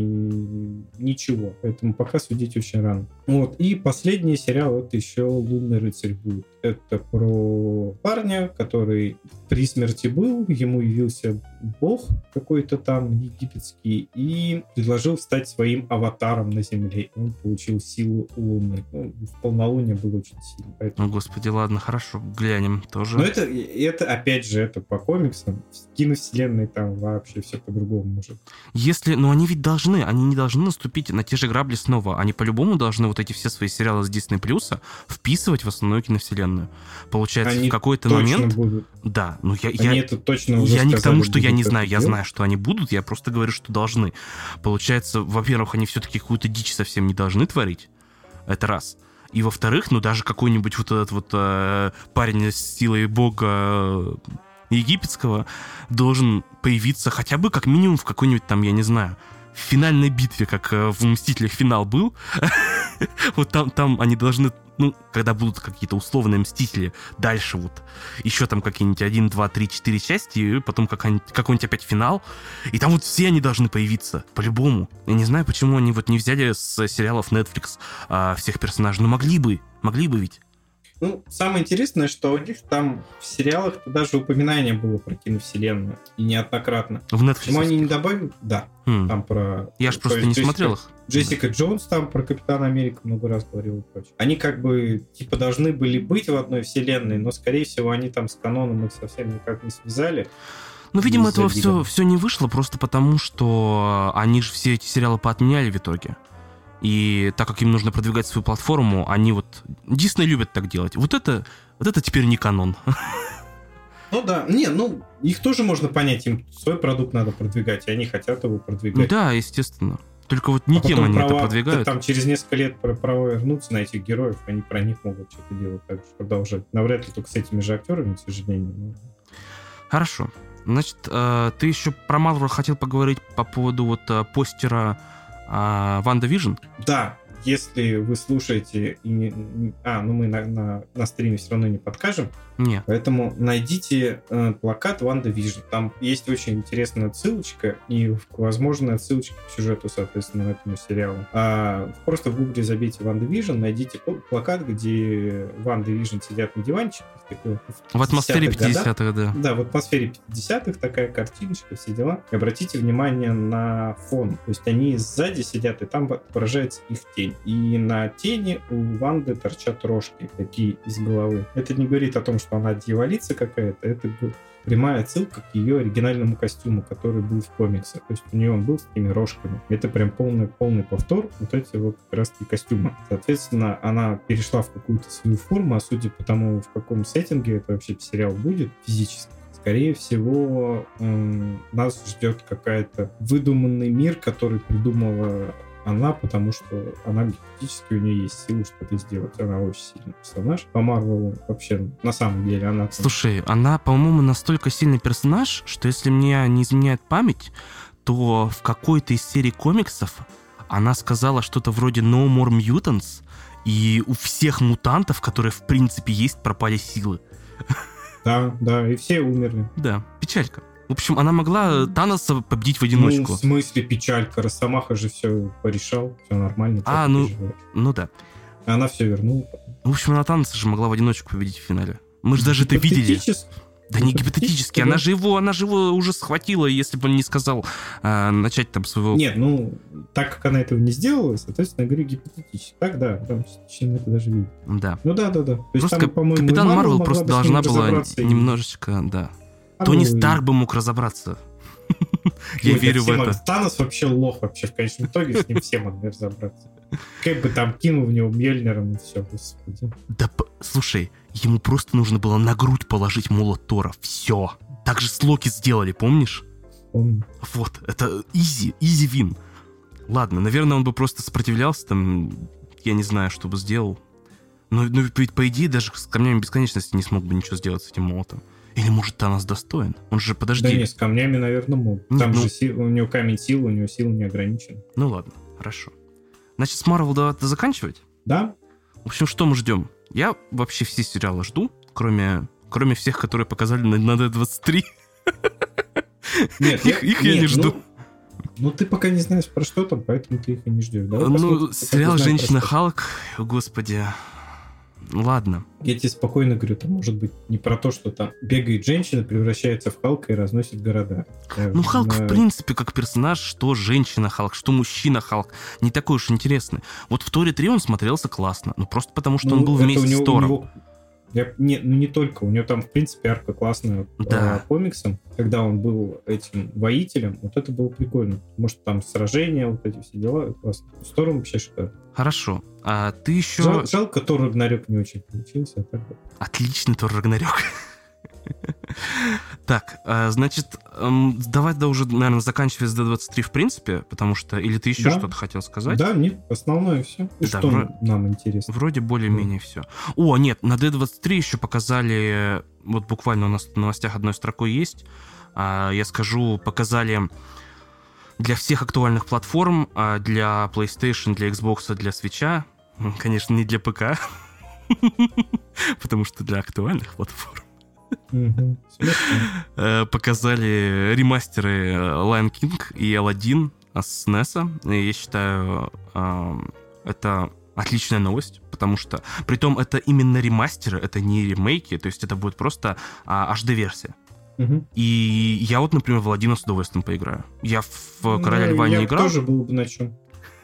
ничего. Поэтому пока судить очень рано. Вот. И последний сериал, это еще «Лунный рыцарь» будет. Это про парня, который при смерти был, ему явился бог какой-то там египетский и предложил стать своим аватаром на земле. Он получил силу луны. В полнолуние был очень сильный. Поэтому... О, господи, ладно, хорошо, глянем тоже. Но это опять же, это по комиксам. В киновселенной там вообще все по-другому может. Но они ведь они не должны наступить на те же грабли снова. Они по-любому должны вот эти все свои сериалы с Disney Плюса вписывать в основную киновселенную. Получается, они в какой-то момент... Будут. Да, но они это точно уже я не к тому, что я не знаю. Я делать. знаю, что они будут, я просто говорю, что должны. Получается, во-первых, они все-таки какую-то дичь совсем не должны творить. Это раз. И во-вторых, даже какой-нибудь вот этот вот парень с силой бога египетского должен появиться хотя бы как минимум в какой-нибудь там, я не знаю, в финальной битве, как в «Мстителях» финал был. Вот там они должны, когда будут какие-то условные «Мстители», дальше вот еще там какие-нибудь 1, 2, 3, 4 части, и потом какой-нибудь опять финал, и там вот все они должны появиться, по-любому. Я не знаю, почему они вот не взяли с сериалов Netflix всех персонажей, но могли бы ведь. Самое интересное, что у них там в сериалах даже упоминание было про киновселенную, и неоднократно. В Netflix? Почему они не добавили? Да. Там про... Я ж просто не смотрел их. Джессика Джонс там про Капитана Америку много раз говорил и прочее. Они как бы должны были быть в одной вселенной, но, скорее всего, они там с каноном их совсем никак не связали. Видимо, этого все не вышло просто потому, что они же все эти сериалы поотменяли в итоге. И так как им нужно продвигать свою платформу, они Disney любят так делать. Вот это теперь не канон. Да. Их тоже можно понять. Им свой продукт надо продвигать, и они хотят его продвигать. Да, естественно. Только не тем они это продвигают. Там через несколько лет права вернутся на этих героев, они про них могут что-то делать так же, продолжать. Навряд ли только с этими же актерами, к сожалению. Хорошо. Значит, ты еще про Marvel хотел поговорить по поводу постера WandaVision? Да, если вы слушаете... мы на стриме все равно не подкажем. Нет. Поэтому найдите плакат WandaVision. Там есть очень интересная отсылочка и, возможно, отсылочка к сюжету, соответственно, этому сериалу. Просто в гугле забейте WandaVision, найдите плакат, где WandaVision сидят на диванчике. В атмосфере 50-х, да. Да, в атмосфере 50-х такая картиночка, все дела. И обратите внимание на фон. То есть они сзади сидят, и там отображается их тень. И на тени у Ванды торчат рожки такие из головы. Это не говорит о том, что она дьяволица какая-то, это прямая отсылка к ее оригинальному костюму, который был в комиксах. То есть у нее он был с такими рожками. Это прям полный повтор вот эти как раз-таки костюмы. Соответственно, она перешла в какую-то свою форму, а судя по тому, в каком сеттинге это вообще сериал будет физически, скорее всего, нас ждет какая-то выдуманный мир, который придумала она, потому что она гипотетически, у нее есть силы что-то сделать. Она очень сильный персонаж. По Марвелу вообще, на самом деле, она... Слушай, она, по-моему, настолько сильный персонаж, что если мне не изменяет память, то в какой-то из серий комиксов она сказала что-то вроде «No more mutants», и у всех мутантов, которые в принципе есть, пропали силы. Да, и все умерли. Да, печалька. В общем, она могла Таноса победить в одиночку. В смысле печалька? Росомаха же все порешал, все нормально. Да. Она все вернула. В общем, она Таноса же могла в одиночку победить в финале. Мы же даже это видели. Да не гипотетически, да. Она же его уже схватила, если бы он не сказал начать там своего... Нет, так как она этого не сделала, соответственно, я говорю гипотетически. Так, да, там частично это даже видно. Да. Да. То есть, просто там, по-моему, Капитан Марвел просто должна была немножечко, да. Тони Старк бы мог разобраться. Я верю в это. Танос вообще лох вообще. В конечном итоге с ним все могли разобраться. Как бы там кинул в него Мьёльниром и все, господи. Да, слушай, ему просто нужно было на грудь положить молот Тора. Все. Так же с Локи сделали, помнишь? Помню. Вот, это easy win. Ладно, наверное, он бы просто сопротивлялся, там, я не знаю, что бы сделал. Но ведь, по идее, даже с камнями бесконечности не смог бы ничего сделать с этим молотом. Или, может, Танос достоин? Он же, подожди. Да нет, с камнями, наверное, мог. Там же у него камень силы, у него сила не ограничена. Ну ладно, хорошо. Значит, с Марвел давай заканчивать? Да. В общем, что мы ждем? Я вообще все сериалы жду, кроме всех, которые показали на D23. Нет, их я не жду. Ну, ты пока не знаешь про что там, поэтому ты их и не ждешь. Ну, сериал «Женщина Халк», господи... Ладно. Я тебе спокойно говорю, там может быть не про то, что там бегает женщина, превращается в Халка и разносит города. Ну, Халк, в принципе, как персонаж, что женщина Халк, что мужчина Халк, не такой уж интересный. Вот в Торе 3 он смотрелся классно, ну просто потому, что он был вместе с Тором. Не только. У него там, в принципе, арка классная по комиксам. Когда он был этим воителем, вот это было прикольно. Может, там сражения, вот эти все дела. Классно. С Тором вообще шикарно. Хорошо. А ты еще... Жалко, Тор Рагнарёк не очень получился. А так... Отличный Тор Рагнарёк. Так, значит, давай уже, наверное, заканчивать с D23 в принципе, потому что... Или ты еще что-то хотел сказать? Да, нет, основное все. И да, что нам интересно? Вроде более-менее все. О, нет, на D23 еще показали... Вот буквально у нас в новостях одной строкой есть. Я скажу, показали для всех актуальных платформ, для PlayStation, для Xbox, для Switch. Конечно, не для ПК. Потому что для актуальных платформ. Показали ремастеры Lion King и Aladdin с NES. Я считаю, это отличная новость, потому что, притом, это именно ремастеры, это не ремейки, то есть это будет просто HD-версия. И я вот, например, в Aladdin с удовольствием поиграю. Я в Короля Льва не играл. Я тоже был бы на чем.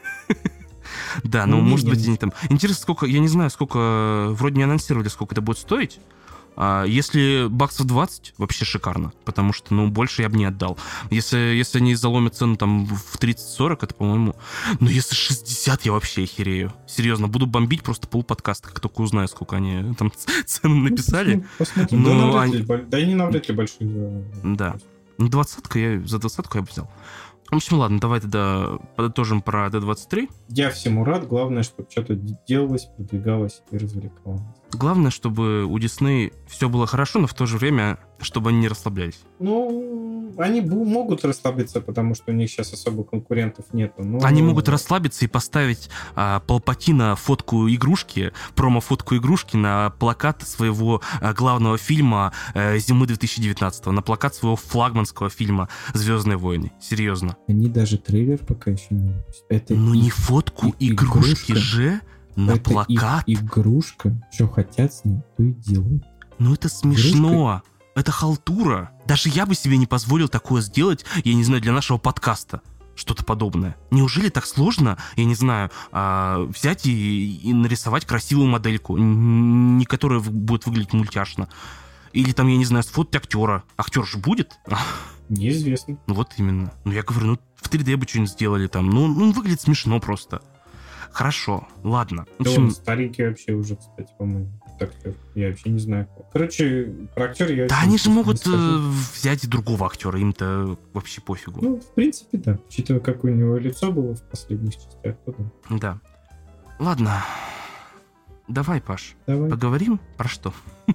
Да, но может быть они там... Интересно, сколько... Я не знаю, сколько... Вроде не анонсировали, сколько это будет стоить. Если баксов 20, вообще шикарно. Потому что, больше я бы не отдал. Если они заломят цену там в 30-40, это, по-моему... Но если 60, я вообще охерею. Серьезно, буду бомбить просто полподкаста, как только узнаю, сколько они там цены написали. Посмотрим. Да и не навряд ли большие. Да. За 20-ку я бы взял. В общем, ладно, давай тогда подытожим про D23. Я всему рад. Главное, чтобы что-то делалось, продвигалось и развлекало. Главное, чтобы у Disney все было хорошо, но в то же время, чтобы они не расслаблялись. Они могут расслабиться, потому что у них сейчас особо конкурентов нету. Но... Они могут расслабиться и поставить Палпатина фотку игрушки, промо-фотку игрушки на плакат своего главного фильма зимы 2019-го, на плакат своего флагманского фильма «Звездные войны». Серьезно. Они даже трейлер пока еще не выпустили. Не фотку игрушки же... На это плакат. Игрушка. Что хотят с ней, то и делают. Это смешно. Это халтура. Даже я бы себе не позволил такое сделать, я не знаю, для нашего подкаста. Что-то подобное. Неужели так сложно, я не знаю, взять и нарисовать красивую модельку, не которая будет выглядеть мультяшно? Или там, я не знаю, сфотать актера. Актер же будет? Неизвестно. Вот именно. Я говорю, в 3D бы что-нибудь сделали там. Он выглядит смешно просто. Хорошо, ладно. В общем, он старенький вообще уже, кстати, по-моему. Так, я вообще не знаю. Короче, про актера я... Да они же могут взять и другого актера, им-то вообще пофигу. В принципе, да. Учитывая, как у него лицо было в последних частях, то да. Да. Ладно. Давай, Паш, поговорим про что?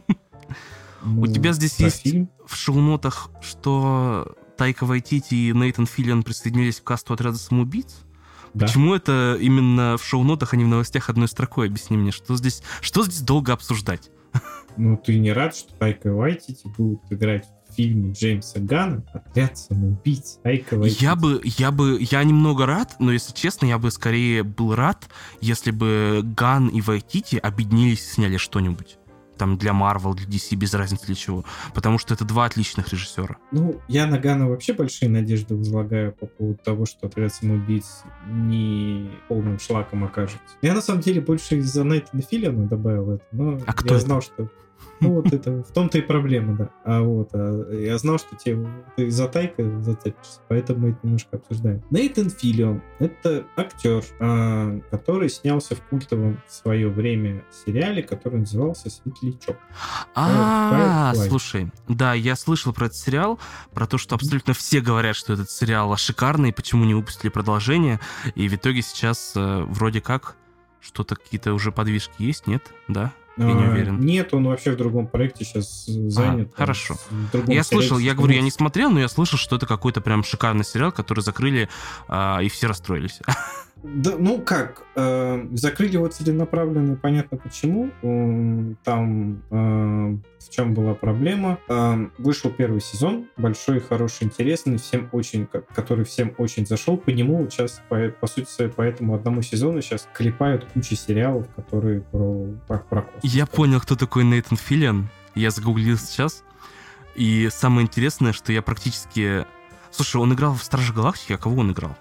У тебя здесь есть фильм? В шоу-нотах, что Тайка Вайтити и Нейтан Филлиан присоединились к касту «Отряда самоубийц». Да. Почему это именно в шоу-нотах, а не в новостях одной строкой? Объясни мне, что здесь долго обсуждать? Ты не рад, что Тайка Вайтити будет играть в фильме Джеймса Ганна «Отряд самоубийц»? Тайка Вайтити. Я немного рад, но, если честно, я бы скорее был рад, если бы Ганн и Вайтити объединились и сняли что-нибудь. Там для Marvel, для DC, без разницы для чего. Потому что это два отличных режиссера. Я на Ганна вообще большие надежды возлагаю по поводу того, что «Отряд самоубийц» не полным шлаком окажется. Я на самом деле больше из-за Нейтана Филлиана добавил это, но кто знал, что Ну, вот это, в том-то и проблема, да. Я знал, что ты за тайкой зацепишься, поэтому мы это немножко обсуждаем. Нейтан Филлион — это актер, который снялся в культовом в свое время сериале, который назывался «Светлячок». Слушай, да, я слышал про этот сериал, про то, что абсолютно все говорят, что этот сериал шикарный, почему не выпустили продолжение, и в итоге сейчас вроде как что-то, какие-то уже подвижки есть, нет? Да? Я не уверен. Нет, он вообще в другом проекте сейчас занят. Хорошо. Я слышал, я говорю, я не смотрел, но я слышал, что это какой-то прям шикарный сериал, который закрыли, и все расстроились. Да, ну как, закрыли его целенаправленно, понятно почему. Там в чем была проблема. Вышел первый сезон, большой, хороший, интересный, который всем очень зашел. По нему сейчас, по сути своей, по этому одному сезону сейчас клепают кучу сериалов, которые про космос. Я понял, кто такой Нейтан Филлион. Я загуглил сейчас. И самое интересное, что я практически... Слушай, он играл в «Страже Галактики», а кого он играл?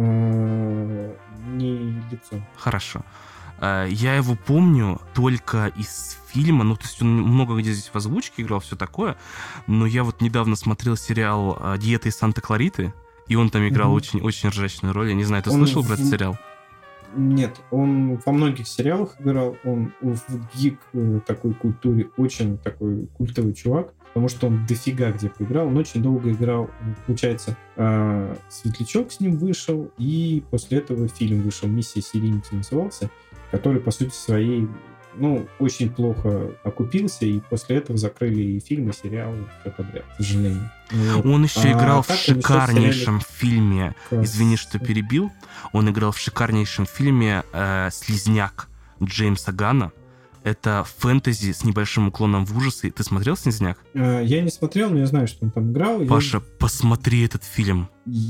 Не лицо. Хорошо. Я его помню только из фильма, ну, то есть он много где здесь в озвучке играл, все такое, но я вот недавно смотрел сериал «Диета из Санта-Клариты», и он там играл очень-очень ржачную роль. Я не знаю, ты слышал про этот сериал? Нет, он во многих сериалах играл, он в гик такой культуре очень такой культовый чувак, потому что он дофига где поиграл, он очень долго играл, получается, «Светлячок» с ним вышел, и после этого фильм вышел, «Миссия Серенити» назывался, который, по сути своей, очень плохо окупился, и после этого закрыли и фильмы, и сериалы, все подряд, к сожалению. Он еще играл в шикарнейшем фильме, извини, что перебил, он играл в шикарнейшем фильме «Слизняк» Джеймса Ганна. Это фэнтези с небольшим уклоном в ужасы. Ты смотрел «Слизняк»? Я не смотрел, но я знаю, что он там играл. Паша, посмотри этот фильм.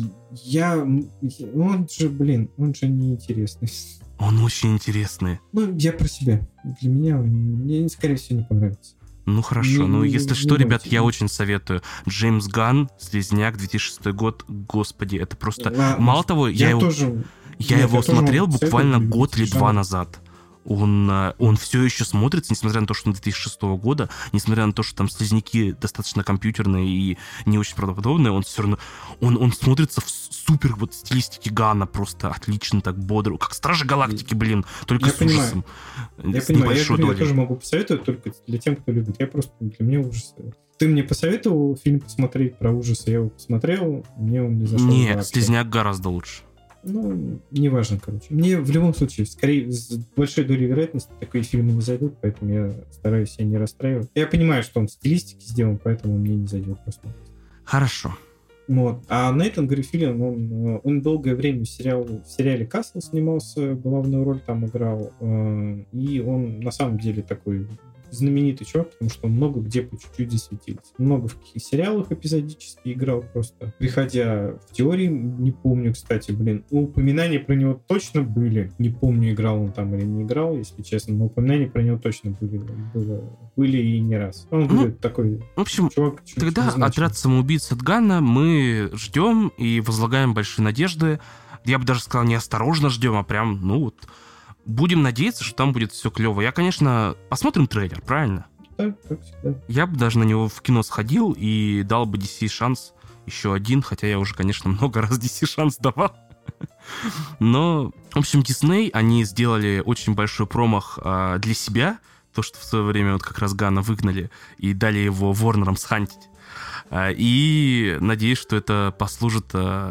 Он же неинтересный. Он очень интересный. Я про себя. Для меня мне, скорее всего, не понравится. Ну хорошо, если что, ребят, я очень советую. Джеймс Ганн, «Слизняк», 2006 год. Господи, это просто... Мало того, я его смотрел буквально год или два назад. Он все еще смотрится, несмотря на то, что он 2006 года, несмотря на то, что там «Слизняки» достаточно компьютерные и не очень правдоподобные, он все равно... Он смотрится в супер вот стилистике Ганна, просто отлично, так бодро. Как «Стражи Галактики», только с ужасом. Я понимаю, я тоже могу посоветовать, только для тех, кто любит. Для меня ужасы. Ты мне посоветовал фильм посмотреть про ужасы, я его посмотрел, мне он не зашел. Нет, «Слизняк» гораздо лучше. Неважно, короче. Мне в любом случае, скорее, с большой долей вероятности такие фильмы не зайдут, поэтому я стараюсь себя не расстраивать. Я понимаю, что он в стилистике сделан, поэтому мне не зайдет просто. Хорошо. А Нейтан Филлион, он долгое время в сериале «Касл» снимался, главную роль там играл, и он на самом деле такой знаменитый чувак, потому что он много где по чуть-чуть засветился. Много в каких сериалах эпизодически играл просто. Приходя в теории, не помню, кстати, упоминания про него точно были. Не помню, играл он там или не играл, если честно, но упоминания про него точно были и не раз. Он такой в общем, чувак. Тогда «Отряд самоубийц» от Ганна мы ждем и возлагаем большие надежды. Я бы даже сказал, не осторожно ждем, а прям, будем надеяться, что там будет все клево. Я, конечно, посмотрим трейлер, правильно? Да, как всегда. Я бы даже на него в кино сходил и дал бы DC шанс еще один, хотя я уже, конечно, много раз DC шанс давал. Но, в общем, Disney, они сделали очень большой промах для себя, то, что в свое время вот как раз Ганна выгнали и дали его Ворнерам схантить. И надеюсь, что это послужит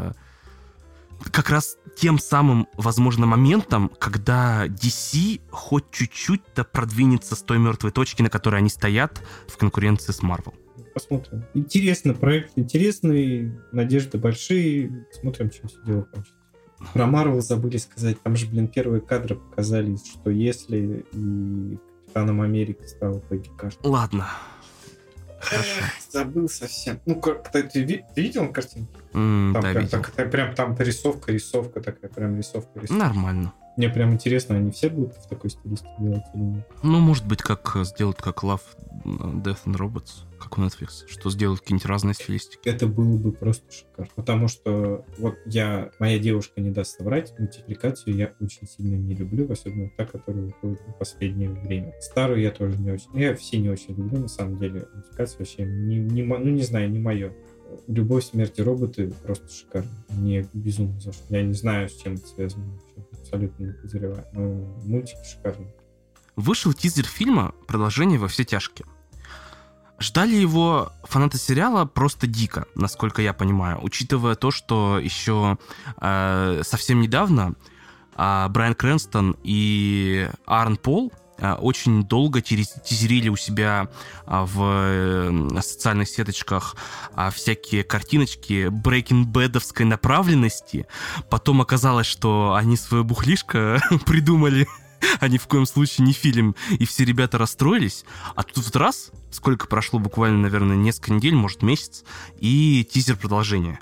как раз тем самым, возможно, моментом, когда DC хоть чуть-чуть-то продвинется с той мертвой точки, на которой они стоят в конкуренции с Marvel. Посмотрим. Интересно, проект интересный, надежды большие. Смотрим, чем все дело кончится. Про Marvel забыли сказать. Там же, первые кадры показали, что если и Капитаном Америки стал Пегги Картер. Ладно. Хорошо. Забыл совсем. Ты видел картинки? Да, видел. Прям там рисовка такая, прям рисовка. Нормально. Мне прям интересно, они все будут в такой стилистике делать или нет? Ну, может быть, как сделают как Love, Death and Robots, как у Netflix, что сделают какие-нибудь разные стилистики. Это было бы просто шикарно. Потому что вот моя девушка не даст соврать, мультипликацию я очень сильно не люблю, особенно та, которая выходит в последнее время. Старую я тоже не очень. Я все не очень люблю, на самом деле. Мультипликация вообще не знаю, не мое. «Любовь, смерть и роботы» просто шикарно. Мне безумно зашло. Я не знаю, с чем это связано. Абсолютно не подозреваю. Но мультики шикарные. Вышел тизер фильма «Продолжение во все тяжкие». Ждали его фанаты сериала просто дико, насколько я понимаю, учитывая то, что еще совсем недавно Брайан Крэнстон и Аарон Пол очень долго тизерили у себя в социальных сеточках всякие картиночки Breaking Bad'овской направленности. Потом оказалось, что они свое бухлишко придумали, а ни в коем случае не фильм, и все ребята расстроились. А тут вот раз, сколько прошло, буквально, наверное, несколько недель, может, месяц, и тизер продолжения.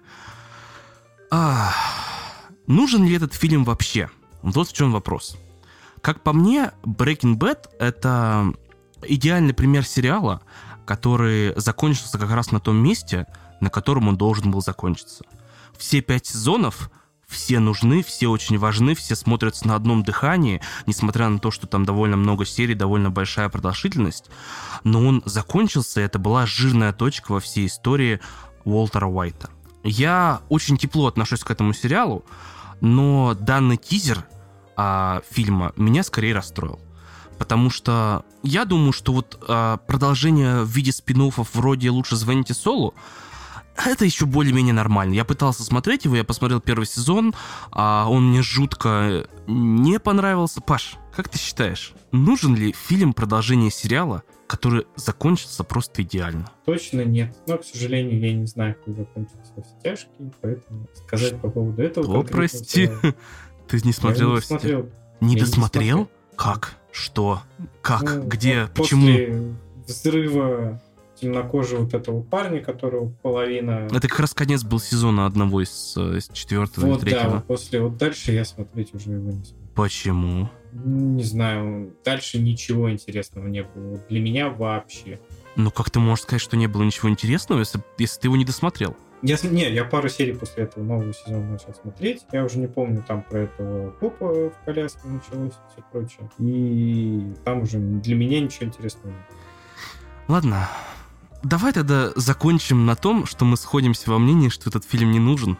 Нужен ли этот фильм вообще? Вот в чем вопрос. Как по мне, Breaking Bad — это идеальный пример сериала, который закончился как раз на том месте, на котором он должен был закончиться. Все 5 сезонов, все нужны, все очень важны, все смотрятся на одном дыхании, несмотря на то, что там довольно много серий, довольно большая продолжительность. Но он закончился, и это была жирная точка во всей истории Уолтера Уайта. Я очень тепло отношусь к этому сериалу, но данный тизер фильма меня скорее расстроил. Потому что я думаю, что вот продолжение в виде спин-оффов вроде «Лучше звоните Солу» это еще более-менее нормально. Я пытался смотреть его, я посмотрел первый сезон, он мне жутко не понравился. Паш, как ты считаешь, нужен ли фильм продолжение сериала, который закончился просто идеально? Точно нет. Но, к сожалению, я не знаю, как закончился «Во все тяжкие», поэтому сказать по поводу этого... О, прости. Ты не смотрел «Во все тяжкие»? Не досмотрел? Как? Что? Как? Где? Почему? После взрыва темнокожего вот этого парня, которого половина... Это как раз конец был сезона одного из 4-го или 3-го. Да, вот после вот дальше я смотреть уже его не смогу. Почему? Не знаю, дальше ничего интересного не было. Для меня вообще. Ну как ты можешь сказать, что не было ничего интересного, если ты его не досмотрел? Я пару серий после этого нового сезона начал смотреть. Я уже не помню, там про этого попа в коляске началось и все прочее. И там уже для меня ничего интересного нет. Ладно. Давай тогда закончим на том, что мы сходимся во мнении, что этот фильм не нужен.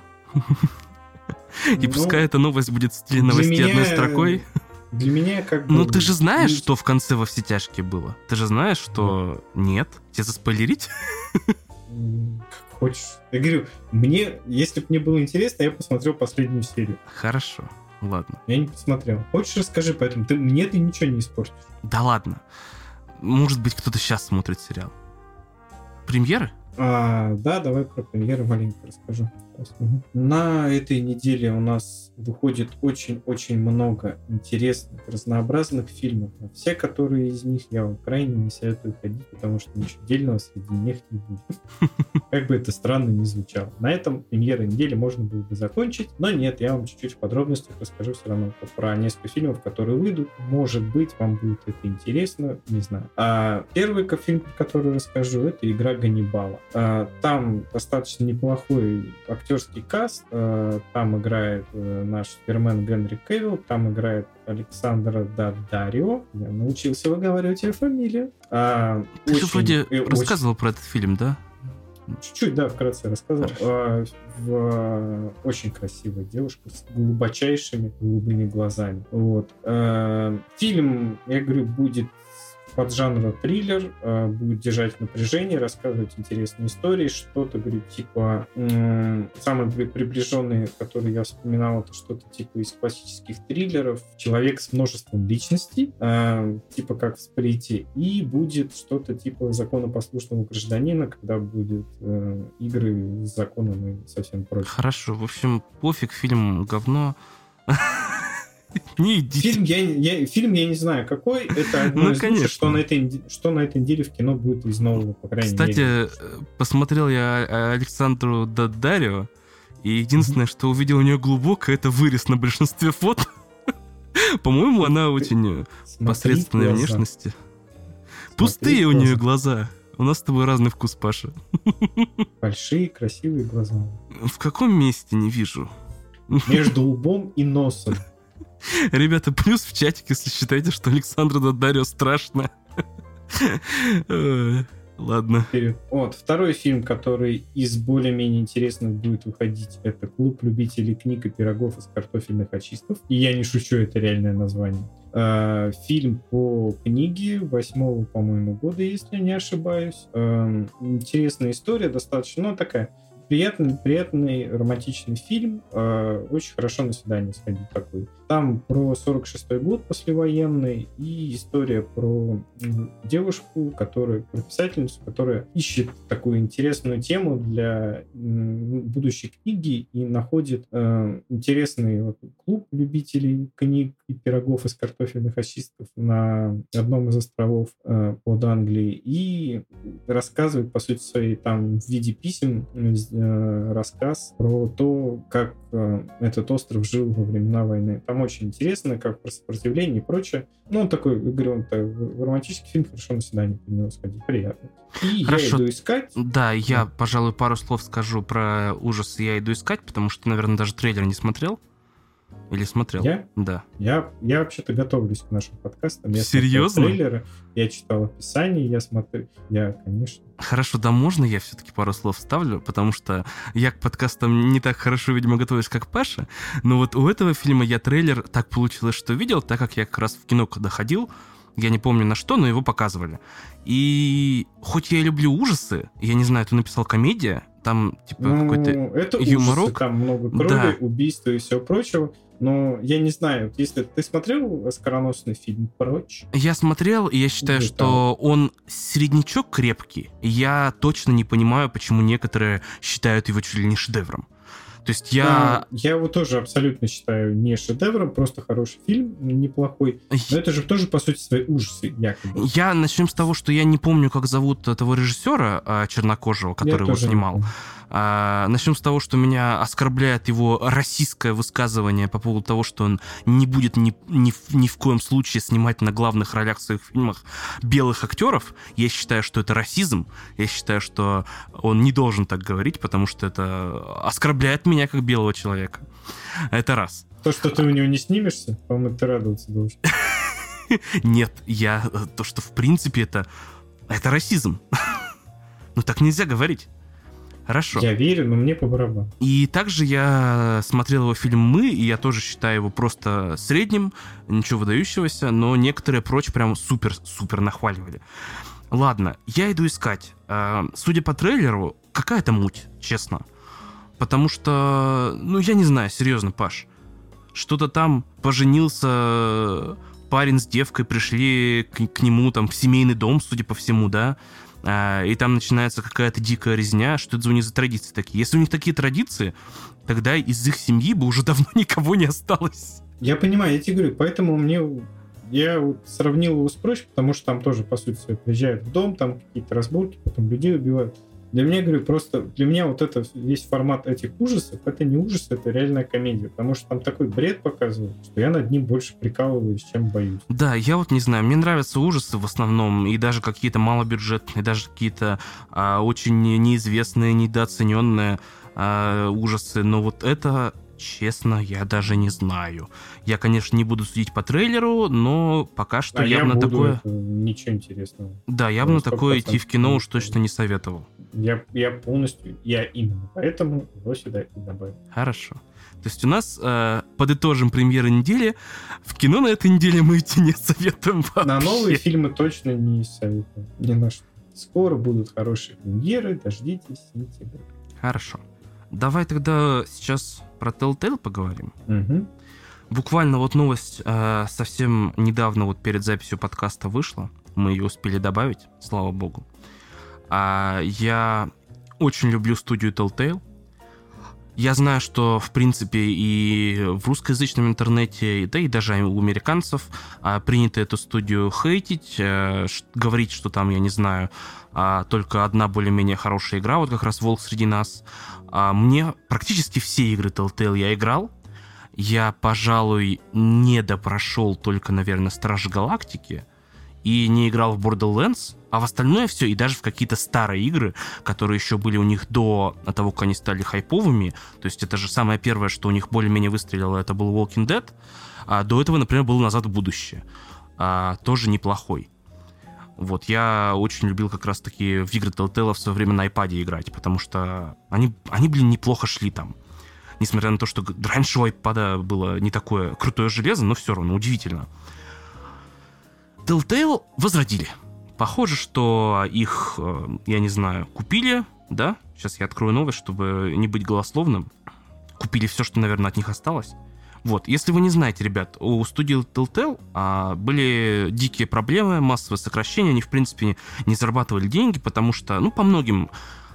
И пускай эта новость будет в стиле новостей одной строкой. Для меня как бы... Ну ты же знаешь, что в конце «Во все тяжкие» было? Ты же знаешь, что нет? Тебе заспойлерить? Как хочешь. Я говорю, если бы мне было интересно, я посмотрел последнюю серию. Хорошо, ладно. Я не посмотрел. Хочешь, расскажи, поэтому ты ничего не испортишь. Да ладно. Может быть, кто-то сейчас смотрит сериал. Премьеры? Да, давай про премьеры маленько расскажу. На этой неделе у нас выходит очень-очень много интересных, разнообразных фильмов. А все, которые из них, я вам крайне не советую ходить, потому что ничего дельного среди них не будет. Как бы это странно ни звучало. На этом премьеры недели можно было бы закончить, но нет, я вам чуть-чуть в подробностях расскажу все равно про несколько фильмов, которые выйдут. Может быть, вам будет это интересно, не знаю. Первый фильм, про который расскажу, это «Игра Ганнибала». Там достаточно неплохой актерский каст. Там играет наш Супермен Генри Кевилл, там играет Александра Даддарио. Я научился выговаривать ее фамилию. Ты же вроде рассказывал про этот фильм, да? Чуть-чуть, да, вкратце рассказал. Очень красивая девушка с глубочайшими голубыми глазами. Вот. Фильм, я говорю, будет под жанра триллер, будет держать напряжение, рассказывать интересные истории, что-то, говорю, типа самые приближенные, которые я вспоминал, это что-то типа из классических триллеров, человек с множеством личностей, типа как в «Сплите», и будет что-то типа законопослушного гражданина, когда будет игры с законом и совсем прочее. Хорошо, в общем, пофиг, фильм говно. Не иди. Фильм я не знаю какой. Это одно из лучших, что на этой неделе в кино будет из нового, по крайней мере. Кстати, посмотрел я Александру Даддарио, и единственное, что увидел у нее глубоко, это вырез на большинстве фото. По-моему, она очень посредственной внешности. Пустые у нее глаза. У нас с тобой разный вкус, Паша. Большие, красивые глаза. В каком месте не вижу? Между лбом и носом. Ребята, плюс в чатике, если считаете, что Александра Daddario страшно. Ладно. Вот, второй фильм, который из более-менее интересных будет выходить, это «Клуб любителей книг и пирогов из картофельных очистков». И я не шучу, это реальное название. Фильм по книге 8-го, по-моему, года, если не ошибаюсь. Интересная история, достаточно, ну, такая приятный романтичный фильм. Очень хорошо на свидание сходить такой. Там про 46-й год послевоенный и история про девушку, про писательницу, которая ищет такую интересную тему для будущей книги и находит интересный клуб любителей книг и пирогов из картофельных очистков на одном из островов под Англией и рассказывает, по сути своей, там в виде писем рассказ про то, как этот остров жил во времена войны. Там очень интересно, как про сопротивление и прочее. Ну, он такой, говорю, романтический фильм, хорошо на свидание под него сходить, приятно. И хорошо. Я иду искать. Да, я, пожалуй, пару слов скажу про ужасы «Я иду искать», потому что, наверное, даже трейлер не смотрел. Или смотрел? Я? Да. Я вообще-то готовлюсь к нашим подкастам. Я Серьезно? смотрел трейлеры, я читал описание, конечно. Хорошо, да можно я все-таки пару слов вставлю, потому что я к подкастам не так хорошо, видимо, готовлюсь, как Паша, но вот у этого фильма я трейлер так получилось, что видел, так как я как раз в кино когда ходил, я не помню на что, но его показывали. И хоть я и люблю ужасы, я не знаю, ты написал комедия, там типа какой-то это юморок. Ужасы, там много крови, да. Убийства и всего прочего. Но я не знаю, если ты смотрел скороносный фильм «Прочь»? Я смотрел, и я считаю, что он среднячок крепкий. Я точно не понимаю, почему некоторые считают его чуть ли не шедевром. То есть я его тоже абсолютно считаю не шедевром, просто хороший фильм, неплохой. Но это же тоже, по сути, свои ужасы, якобы. Начнем с того, что я не помню, как зовут этого режиссера чернокожего, который его снимал. Начнем с того, что меня оскорбляет его российское высказывание по поводу того, что он не будет ни в коем случае снимать на главных ролях в своих фильмах белых актеров. Я считаю, что это расизм. Я считаю, что он не должен так говорить, потому что это оскорбляет меня как белого человека. Это раз. То, что ты у него не снимешься, по-моему, ты радоваться должен. Нет, то, что в принципе это расизм. Ну так нельзя говорить. Хорошо. Я верю, но мне по барабану. И также я смотрел его фильм «Мы», и я тоже считаю его просто средним, ничего выдающегося, но некоторые прочь прям супер нахваливали. Ладно, я иду искать. Судя по трейлеру, какая-то муть, честно. Потому что, я не знаю, серьезно, Паш. Что-то там поженился парень с девкой, пришли к нему там в семейный дом, судя по всему, да? И там начинается какая-то дикая резня. Что это у них за традиции такие? Если у них такие традиции, тогда из их семьи бы уже давно никого не осталось. Я понимаю, я тебе говорю, поэтому я сравнил его с «Прочь», потому что там тоже, по сути, приезжают в дом, там какие-то разборки, потом людей убивают. Для меня вот это весь формат этих ужасов, это не ужас, это реальная комедия, потому что там такой бред показывают, что я над ним больше прикалываюсь, чем боюсь. Да, я вот не знаю, мне нравятся ужасы в основном, и даже какие-то малобюджетные, даже какие-то очень неизвестные, недооцененные ужасы, но вот это... Честно, я даже не знаю. Я, конечно, не буду судить по трейлеру, но пока что явно такое... Ничего интересного. Да, явно такое идти в кино уж точно не советовал. Я именно поэтому его сюда и добавил. Хорошо. То есть у нас, подытожим премьеры недели, в кино на этой неделе мы идти не советуем вообще. На новые фильмы точно не советуем. Ни на что. Скоро будут хорошие премьеры, дождитесь сентября. Хорошо. Давай тогда сейчас про Telltale поговорим. Угу. Буквально вот новость совсем недавно, вот перед записью подкаста вышла. Мы ее успели добавить, слава богу. Я очень люблю студию Telltale. Я знаю, что, в принципе, и в русскоязычном интернете, да и даже у американцев принято эту студию хейтить, говорить, что там, я не знаю, только одна более-менее хорошая игра, вот как раз «Волк среди нас». Мне практически все игры Telltale я играл, Я, пожалуй, не допрошел только, наверное, Стражи Галактики и не играл в Borderlands, а в остальное все, и даже в какие-то старые игры, которые еще были у них до того, как они стали хайповыми, то есть это же самое первое, что у них более-менее выстрелило, это был Walking Dead, а до этого, например, был «Назад в будущее», тоже неплохой. Вот, я очень любил как раз-таки в игры Telltale в свое время на iPad играть, потому что они, блин, неплохо шли там. Несмотря на то, что раньше у iPad было не такое крутое железо, но все равно удивительно. Telltale возродили. Похоже, что их, я не знаю, купили, да? Сейчас я открою новость, чтобы не быть голословным. Купили все, что, наверное, от них осталось. Вот, если вы не знаете, ребят, у студии Telltale были дикие проблемы, массовое сокращение, они, в принципе, не зарабатывали деньги, потому что, ну, по многим,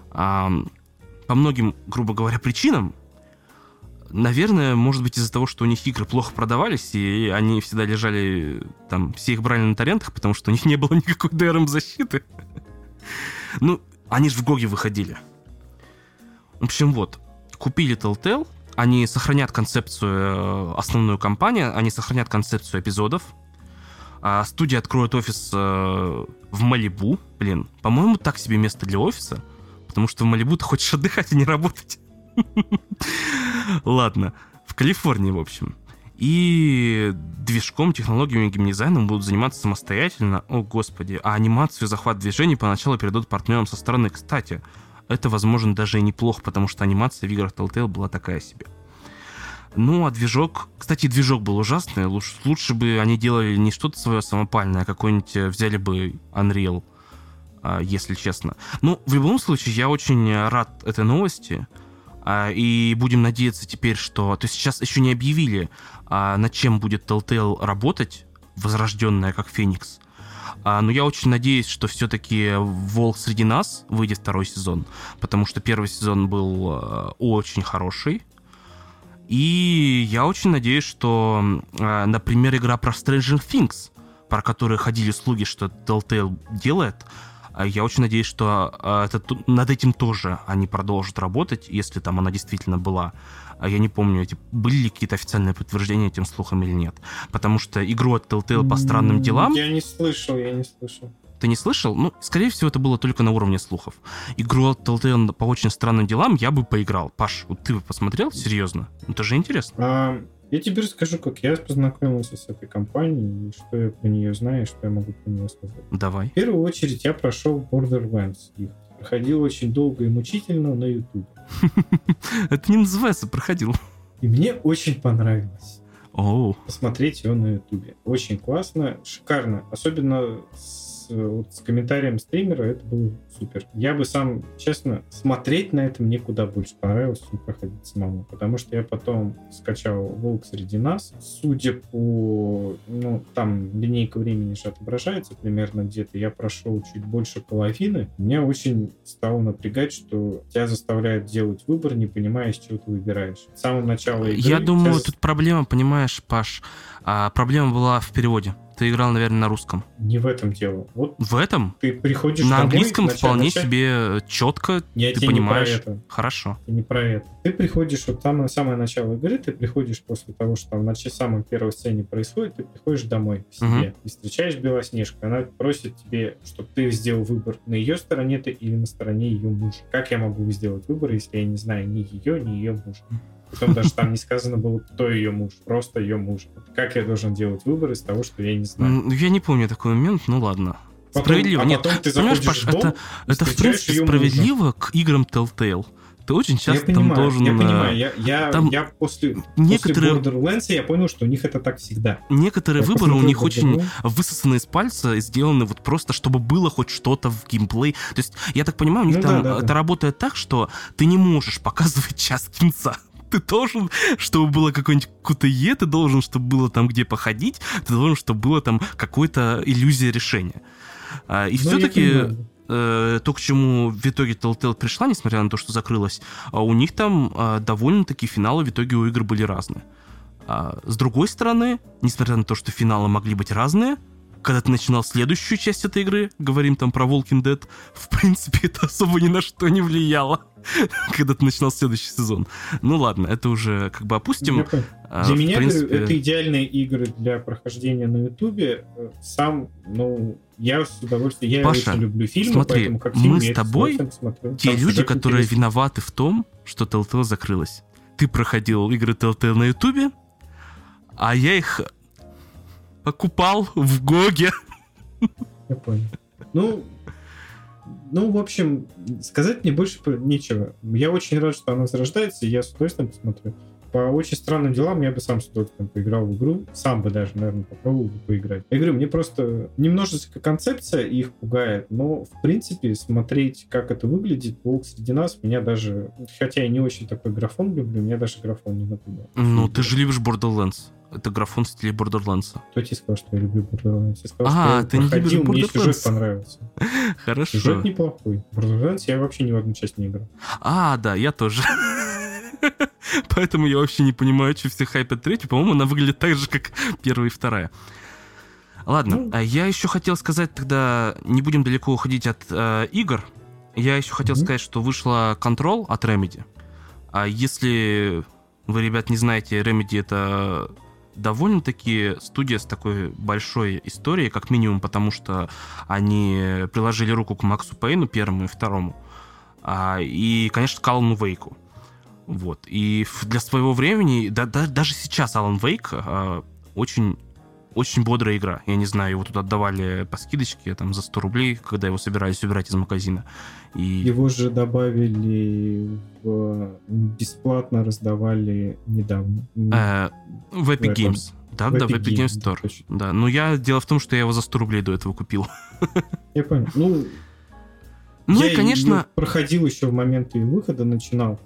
грубо говоря, причинам, наверное, может быть, из-за того, что у них игры плохо продавались, и они всегда лежали, там, все их брали на торрентах, потому что у них не было никакой DRM-защиты. Ну, они же в GOG выходили. В общем, вот, купили Telltale, они сохранят концепцию, основную кампанию, они сохранят концепцию эпизодов. Студия откроет офис в Малибу. Блин, по-моему, так себе место для офиса, потому что в Малибу ты хочешь отдыхать, а не работать. Ладно, в Калифорнии, в общем. И движком, технологиями и геймдизайном будут заниматься самостоятельно. О, господи. А анимацию и захват движений поначалу передадут партнерам со стороны. Кстати, это, возможно, даже и неплохо, потому что анимация в играх Telltale была такая себе. Ну, а движок... Кстати, движок был ужасный. Лучше бы они делали не что-то свое самопальное, а какой-нибудь... Взяли бы Unreal, если честно. Ну, в любом случае, я очень рад этой новости. И будем надеяться теперь, что... То есть сейчас еще не объявили, над чем будет Telltale работать, возрожденная как Феникс. Но я очень надеюсь, что все-таки «Волк среди нас» выйдет второй сезон, потому что первый сезон был очень хороший. И я очень надеюсь, что, например, игра про Stranger Things, про которую ходили слухи, что Telltale делает, я очень надеюсь, что над этим тоже они продолжат работать, если там она действительно была. Я не помню, были ли какие-то официальные подтверждения этим слухам или нет. Потому что игру от Telltale по странным делам... Я не слышал. Ты не слышал? Ну, скорее всего, это было только на уровне слухов. Игру от Telltale по очень странным делам я бы поиграл. Паш, вот ты бы посмотрел? Серьезно? Это же интересно. Я тебе расскажу, как я познакомился с этой компанией, и что я про нее знаю, и что я могу про нее сказать. Давай. В первую очередь я прошел Borderlands. Их проходил очень долго и мучительно на YouTube. Это не называется «проходил». И мне очень понравилось. Посмотреть его на YouTube. Очень классно, шикарно. Особенно с комментарием стримера это было супер. Я бы сам, честно, смотреть на это мне куда больше понравилось, чем проходить самому. Потому что я потом скачал «Волк среди нас». Судя по... Ну, там линейка времени же отображается примерно где-то. Я прошел чуть больше половины. Меня очень стало напрягать, что тебя заставляют делать выбор, не понимая, с чего ты выбираешь. С самого начала игры... Я думаю, тут проблема, понимаешь, Паш, проблема была в переводе. Ты играл, наверное, на русском. Не в этом дело. Вот в этом? Ты приходишь на домой, английском вполне себе четко. Ты понимаешь. Не про это. Хорошо. Не про это. Ты приходишь, вот там на самое начало игры, ты приходишь после того, что там на самой первой сцене происходит, ты приходишь домой к себе и встречаешь Белоснежку. Она просит тебе, чтобы ты сделал выбор, на ее стороне ты или на стороне ее мужа. Как я могу сделать выбор, если я не знаю ни ее, ни ее мужа? Притом даже там не сказано было, кто ее муж, просто ее муж. Как я должен делать выбор из того, что я не знаю? Я не помню такой момент, ну ладно. Справедливо. Нет, ты понимаешь, Паш, это в принципе справедливо к играм Telltale. Ты очень часто там должен... Я понимаю, я после Borderlands я понял, что у них это так всегда. Некоторые выборы у них очень высосаны из пальца и сделаны вот просто, чтобы было хоть что-то в геймплей. То есть, я так понимаю, у них там это работает так, что ты не можешь показывать час кинца. Ты должен, чтобы было какое-нибудь QTE, ты должен, чтобы было там где походить, ты должен, чтобы было там какая-то иллюзия решения. И все-таки то, к чему в итоге Telltale пришла, несмотря на то, что закрылась, у них там довольно-таки финалы в итоге у игр были разные. С другой стороны, несмотря на то, что финалы могли быть разные, Когда ты начинал следующую часть этой игры, говорим там про Walking Dead, в принципе, это особо ни на что не влияло, когда ты начинал следующий сезон. Ну ладно, это уже как бы опустим. Для меня, принципе... говорю, это идеальные игры для прохождения на Ютубе. Сам, я с удовольствием, я Паша, очень люблю фильмы, смотри, поэтому как фильм мы с тобой те люди, которые виноваты в том, что Telltale закрылась. Ты проходил игры Telltale на Ютубе, а я их покупал в Гоге. Я понял. В общем, сказать мне больше нечего. Я очень рад, что она возрождается, и я с удовольствием посмотрю. По очень странным делам я бы сам с удовольствием поиграл в игру. Сам бы даже, наверное, попробовал бы поиграть. Я говорю, мне просто немножечко концепция их пугает, но, в принципе, смотреть, как это выглядит, «Волк среди нас» меня даже... Хотя я не очень такой графон люблю, меня даже графон не напугал. Ты же любишь Borderlands. Это графон в стиле Borderlands. Кто тебе сказал, что я люблю Borderlands? Я сказал, что ты не любишь Borderlands? Мне сюжет понравился. Хорошо. Сюжет неплохой. Borderlands я вообще ни в одну часть не играл. Да, я тоже. Поэтому я вообще не понимаю, что все хайпят третью. По-моему, она выглядит так же, как первая и вторая. Ладно, я еще хотел сказать тогда, не будем далеко уходить от игр. Я еще хотел сказать, что вышла Control от Remedy. А если вы, ребят, не знаете, Remedy — это довольно-таки студия с такой большой историей, как минимум потому, что они приложили руку к Максу Пейну, первому и второму, и, конечно, к Алану Вейку. Вот. И для своего времени, даже сейчас Alan Wake очень, очень бодрая игра. Я не знаю, его тут отдавали по скидочке там, за 100 рублей, когда его собирались убирать из магазина. И... Его же добавили бесплатно раздавали недавно. В Epic Games. Да, в Epic Games Store. Точно. Да. Дело в том, что я его за 100 рублей до этого купил. Я понял. И, конечно... проходил еще в момент ее выхода, начинал.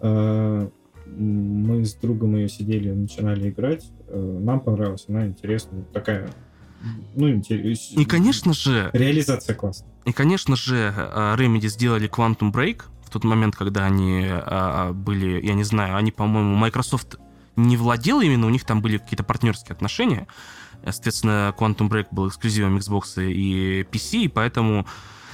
Мы с другом ее сидели, начинали играть. Нам понравилась, она интересная. Такая, интересная. И, конечно же... Реализация классная. И, конечно же, Remedy сделали Quantum Break в тот момент, когда они были, я не знаю, они, по-моему, Microsoft не владел именно, у них там были какие-то партнерские отношения. Соответственно, Quantum Break был эксклюзивом Xbox и PC, и поэтому...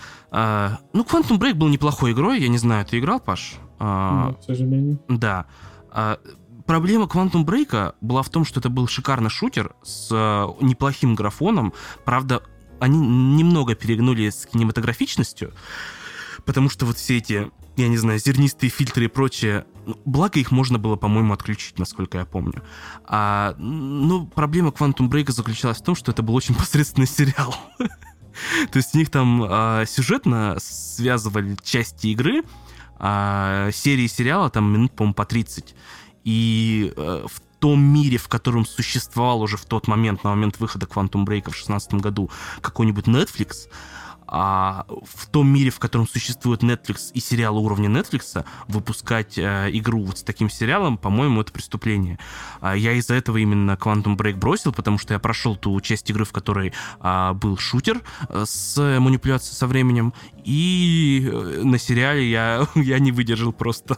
Quantum Break был неплохой игрой, я не знаю, ты играл, Паш? К сожалению. Да. Проблема Quantum Break была в том, что это был шикарный шутер с неплохим графоном. Правда, они немного перегнули с кинематографичностью, потому что вот все эти, я не знаю, зернистые фильтры и прочее, благо их можно было, по-моему, отключить, насколько я помню. Но проблема Quantum Break заключалась в том, что это был очень посредственный сериал. То есть у них там сюжетно связывали части игры, серии сериала там минут, по-моему, по 30. И в том мире, в котором существовал уже в тот момент, на момент выхода Quantum Break в 2016 году, какой-нибудь Netflix, в том мире, в котором существует Netflix и сериалы уровня Netflix, выпускать игру вот с таким сериалом, по-моему, это преступление. Я из-за этого именно Quantum Break бросил, потому что я прошел ту часть игры, в которой был шутер с манипуляцией со временем, и на сериале я не выдержал просто.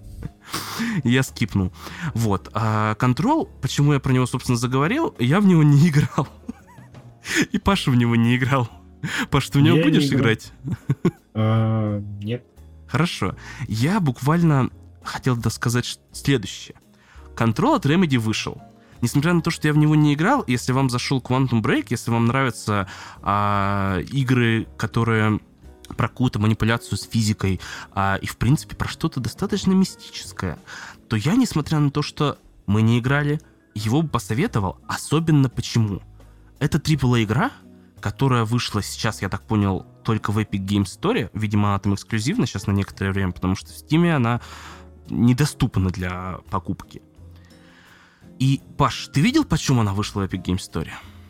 Я скипнул. Вот. Control, почему я про него, собственно, заговорил, я в него не играл. И Паша в него не играл. Паш, ты в него будешь играть? Нет. Хорошо. Я буквально хотел сказать следующее. Control от Remedy вышел. Несмотря на то, что я в него не играл, если вам зашел Quantum Break, если вам нравятся игры, которые про какую-то манипуляцию с физикой и, в принципе, про что-то достаточно мистическое, то я, несмотря на то, что мы не играли, его бы посоветовал, особенно почему. Это AAA-игра, которая вышла сейчас, я так понял, только в Epic Games Store. Видимо, она там эксклюзивна сейчас на некоторое время, потому что в Steam она недоступна для покупки. И, Паш, ты видел, почему она вышла в Epic Games Store?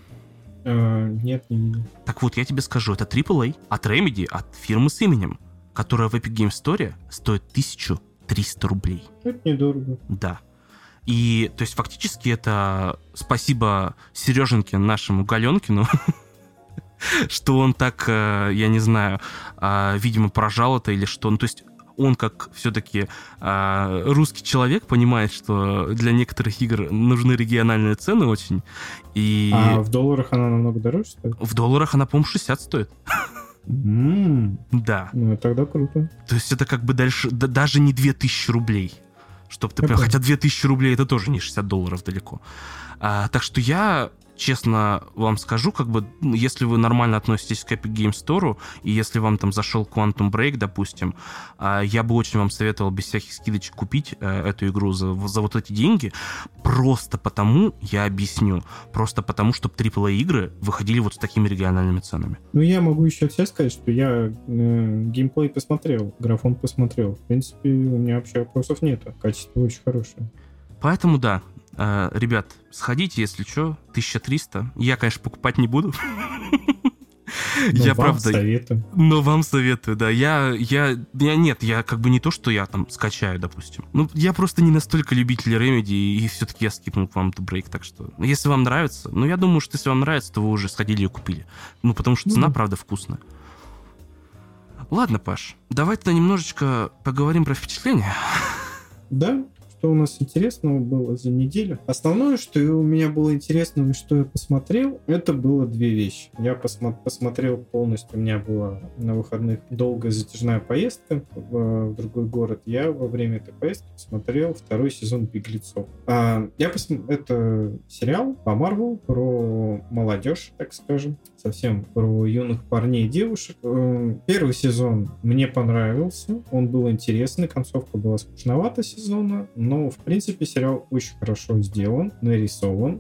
Нет, не видел. Так вот, я тебе скажу, это AAA от Remedy, от фирмы с именем, которая в Epic Games Store стоит 1300 рублей. Это недорого. Да. И, то есть, фактически это спасибо Сереженьке, нашему Галенкину, что он так, я не знаю, видимо, прожал это или что. Ну, то есть, он, как все-таки русский человек, понимает, что для некоторых игр нужны региональные цены очень. И... А в долларах она намного дороже стоит? В долларах она, по-моему, 60 стоит. Да. Ну, тогда круто. То есть это как бы дальше, даже не 2000 рублей. Чтоб ты понял. Хотя 2000 рублей это тоже не 60 долларов далеко. Так что я, честно вам скажу, как бы, если вы нормально относитесь к Epic Games Store, и если вам там зашел Quantum Break, допустим, я бы очень вам советовал без всяких скидочек купить эту игру за вот эти деньги, просто потому, я объясню, просто потому, чтобы AAA-игры выходили вот с такими региональными ценами. Ну, я могу еще от себя сказать, что я геймплей посмотрел, графон посмотрел. В принципе, у меня вообще вопросов нет. Качество очень хорошее. Поэтому да, ребят, сходите, если что, 1300. Я, конечно, покупать не буду. Я, правда, советую. Но вам советую, да. Я как бы не то, что я там скачаю, допустим. Ну, я просто не настолько любитель Remedy, и все-таки я скипнул Quantum Break, так что... Если вам нравится, я думаю, что если вам нравится, то вы уже сходили и купили. Ну, потому что цена, правда, вкусная. Ладно, Паш, давай тогда немножечко поговорим про впечатления. Да. Что у нас интересного было за неделю. Основное, что у меня было интересного и что я посмотрел, это было две вещи. Я посмотрел полностью, у меня была на выходных долгая затяжная поездка в другой город. Я во время этой поездки посмотрел второй сезон «Беглецов». Это сериал по Марвелу про молодежь, так скажем, совсем про юных парней и девушек. Первый сезон мне понравился, он был интересный, концовка была скучновата сезона, но, в принципе, сериал очень хорошо сделан, нарисован,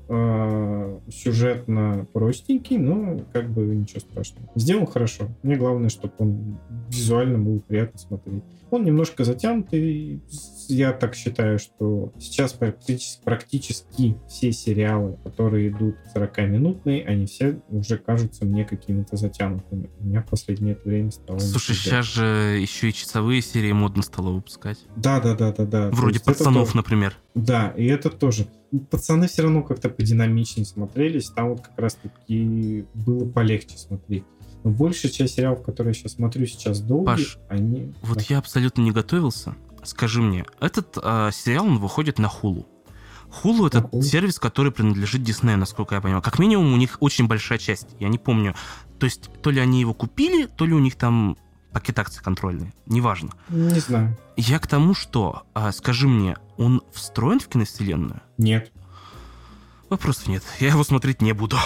сюжетно простенький, но как бы ничего страшного. Сделан хорошо. Мне главное, чтобы он визуально был приятно смотреть. Он немножко затянутый. Я так считаю, что сейчас практически все сериалы, которые идут 40-минутные, они все уже кажутся мне какими-то затянутыми. У меня в последнее время стало... Слушай, сейчас же еще и часовые серии модно стало выпускать. Да. Вроде «Пацанов», например. Да, и это тоже. «Пацаны» все равно как-то подинамичнее смотрелись. Там вот как раз-таки было полегче смотреть. Но большая часть сериалов, которые я сейчас смотрю, сейчас долгие, Паш, они... Вот я абсолютно не готовился. Скажи мне, этот сериал, он выходит на Hulu. Hulu — это сервис, который принадлежит Disney, насколько я понимаю. Как минимум, у них очень большая часть. Я не помню. То есть, то ли они его купили, то ли у них там пакет акций контрольные. Неважно. Не знаю. Я к тому, что, скажи мне, он встроен в киновселенную? Нет. Вопросов нет. Я его смотреть не буду.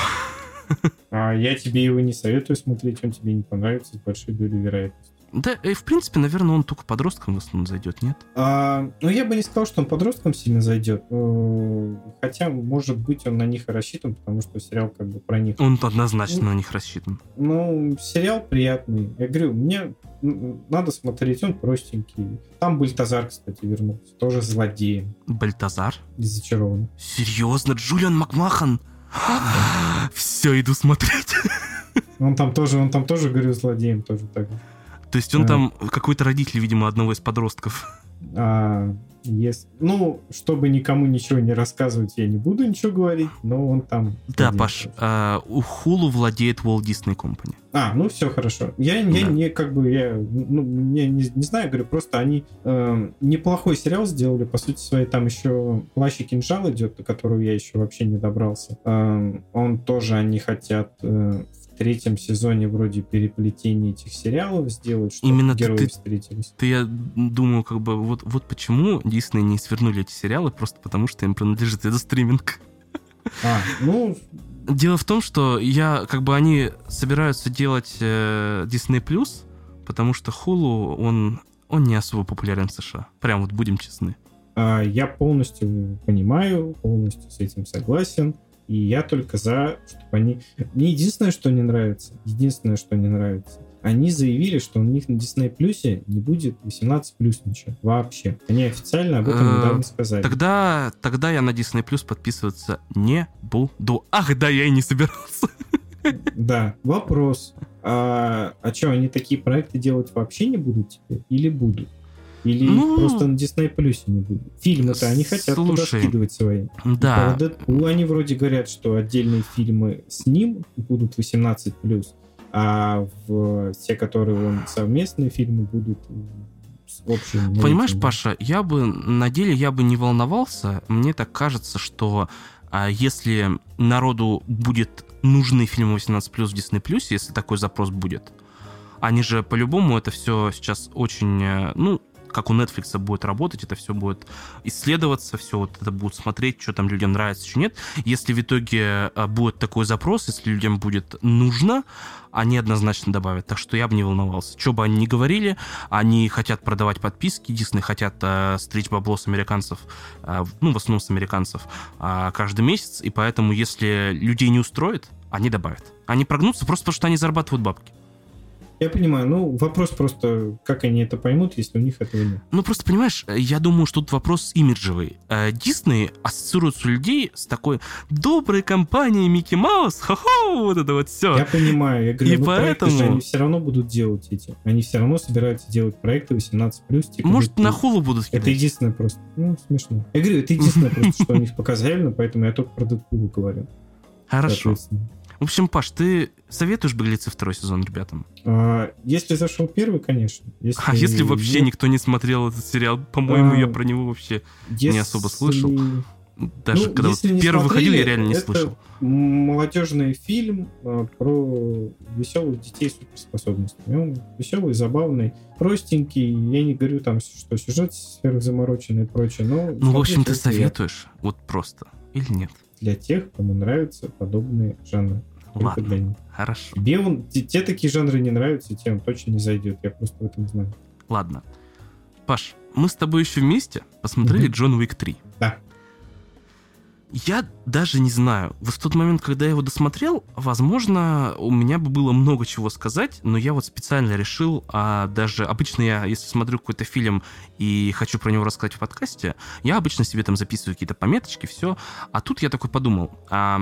Я тебе его не советую смотреть, он тебе не понравится с большой долей вероятности. Да, и в принципе, наверное, он только подросткам в основном зайдет, нет? Ну, я бы не сказал, что он подросткам сильно зайдет. Хотя, может быть, он на них и рассчитан, потому что сериал как бы про них. Он однозначно на них рассчитан. Ну, сериал приятный. Я говорю, мне надо смотреть, он простенький. Там Бальтазар, кстати, вернулся. Тоже злодеем. Бальтазар? Из «Зачарованных». Серьезно? Джулиан Макмахан? Все, иду смотреть. Он там тоже, говорю, злодеем тоже так. То есть он там какой-то родитель, видимо, одного из подростков. Ну, чтобы никому ничего не рассказывать, я не буду ничего говорить, но он там... Да, Паш, у Hulu владеет Walt Disney Company. Ну все хорошо. Я не знаю, говорю, просто они неплохой сериал сделали, по сути своей, там еще «Плащ и кинжал» идет, до которого я еще вообще не добрался. Он тоже, они хотят в третьем сезоне вроде переплетение этих сериалов сделать, чтобы именно герои встретились. Я думаю, как бы, вот почему Disney не свернули эти сериалы, просто потому что им принадлежит этот стриминг. Дело в том, что они собираются делать Disney+, потому что Hulu, он не особо популярен в США. Прям вот будем честны. Я полностью понимаю, полностью с этим согласен. И я только за, чтобы они... Мне единственное, что не нравится, они заявили, что у них на Disney Plus не будет 18+ ничего. Вообще. Они официально об этом недавно сказали. Тогда я на Disney Plus подписываться не буду. Ах, да, я и не собирался. Да, вопрос. А что, они такие проекты делать вообще не будут теперь? Или будут? Или просто на Disney Plus не будут? Фильмы-то они хотят туда скидывать свои. Да. По Дэдпулу они вроде говорят, что отдельные фильмы с ним будут 18+, а те, которые совместные фильмы, будут общим. Понимаешь, Паша, на деле я бы не волновался. Мне так кажется, что если народу будет нужны фильмы 18+, в Disney+, если такой запрос будет, они же по-любому это все сейчас очень, как у Netflix будет работать, это все будет исследоваться, все вот это будут смотреть, что там людям нравится, что нет. Если в итоге будет такой запрос, если людям будет нужно, они однозначно добавят. Так что я бы не волновался. Что бы они ни говорили, они хотят продавать подписки, Disney хотят стричь бабло с американцев, в основном с американцев, каждый месяц, и поэтому, если людей не устроит, они добавят. Они прогнутся просто потому, что они зарабатывают бабки. Я понимаю, вопрос просто, как они это поймут, если у них этого нет. Просто, понимаешь, я думаю, что тут вопрос имиджевый. Дисней ассоциируется у людей с такой доброй компанией Микки Маус, хо-хо, вот это вот все. Я понимаю, я говорю, и поэтому... проекты же они все равно будут делать эти. Они все равно собираются делать проекты 18+. Типа, может, на Hulu будут кидать? Это единственное просто, смешно. Я говорю, это единственное просто, что у них показали, поэтому я только про Дэдпула говорю. Хорошо. В общем, Паш, ты советуешь «Беглецы» второй сезон ребятам? Если зашел первый, конечно. Если вообще никто не смотрел этот сериал, по-моему, я про него вообще не особо слышал. Даже когда первый выходил, я реально не слышал. Молодежный фильм про веселых детей с суперспособностями. Он веселый, забавный, простенький. Я не говорю там, что сюжет сверхзамороченный и прочее, но... в общем, ты советуешь? Вот просто. Или нет? Для тех, кому нравятся подобные жанры. Ладно, хорошо. Те такие жанры не нравятся, и тем точно не зайдет. Я просто в этом знаю. Ладно. Паш, мы с тобой еще вместе посмотрели «Джон Уик 3». Да. Я даже не знаю. Вот в тот момент, когда я его досмотрел, возможно, у меня бы было много чего сказать, но я вот специально решил, даже обычно я, если смотрю какой-то фильм и хочу про него рассказать в подкасте, я обычно себе там записываю какие-то пометочки, все. А тут я такой подумал,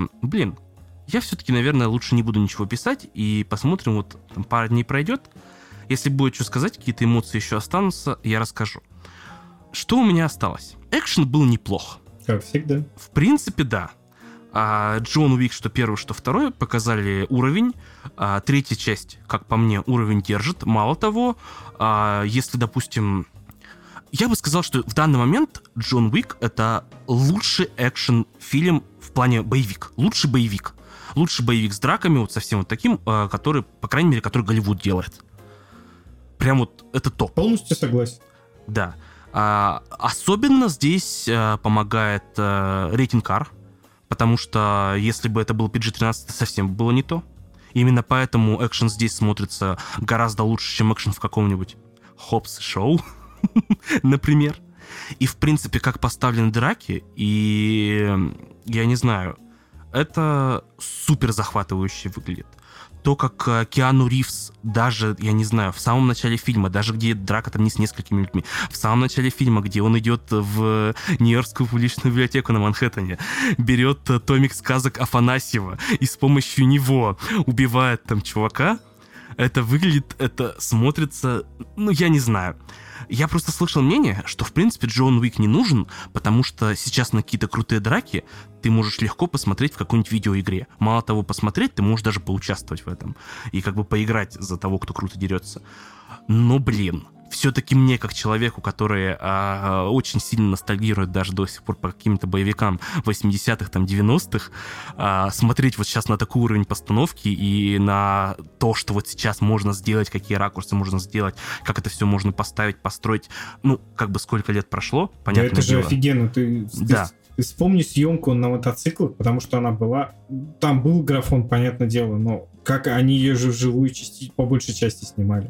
я все-таки, наверное, лучше не буду ничего писать, и посмотрим, вот там пара дней пройдет. Если будет что сказать, какие-то эмоции еще останутся, я расскажу. Что у меня осталось? Экшен был неплох. Как всегда. В принципе, да. Джон Уик, что первый, что второй, показали уровень. Третья часть, как по мне, уровень держит. Мало того, если, допустим... Я бы сказал, что в данный момент Джон Уик — это лучший экшен-фильм в плане боевик. Лучший боевик. Лучший боевик с драками, вот совсем вот таким, который, по крайней мере, который Голливуд делает. Прям вот это топ. Полностью согласен. Да. Особенно здесь помогает рейтинг R, потому что если бы это был PG-13, это совсем было не то. Именно поэтому экшен здесь смотрится гораздо лучше, чем экшен в каком-нибудь Хопс Шоу, например. И, в принципе, как поставлены драки, и я не знаю, это супер захватывающе выглядит. То, как Киану Ривз даже, я не знаю, в самом начале фильма, даже где драка там не с несколькими людьми, в самом начале фильма, где он идет в Нью-Йоркскую публичную библиотеку на Манхэттене, берет томик сказок Афанасьева и с помощью него убивает там чувака, это выглядит, это смотрится, я не знаю. Я просто слышал мнение, что, в принципе, Джон Уик не нужен, потому что сейчас на какие-то крутые драки ты можешь легко посмотреть в какой-нибудь видеоигре. Мало того, посмотреть, ты можешь даже поучаствовать в этом. И как бы поиграть за того, кто круто дерется. Но, все-таки мне, как человеку, который очень сильно ностальгирует даже до сих пор по каким-то боевикам 80-х, там, 90-х, смотреть вот сейчас на такой уровень постановки и на то, что вот сейчас можно сделать, какие ракурсы можно сделать, как это все можно поставить, построить, как бы сколько лет прошло, понятное дело. Это же офигенно. Ты вспомни съемку на мотоциклах, потому что она была... Там был графон, понятное дело, но как они ее же вживую по большей части снимали.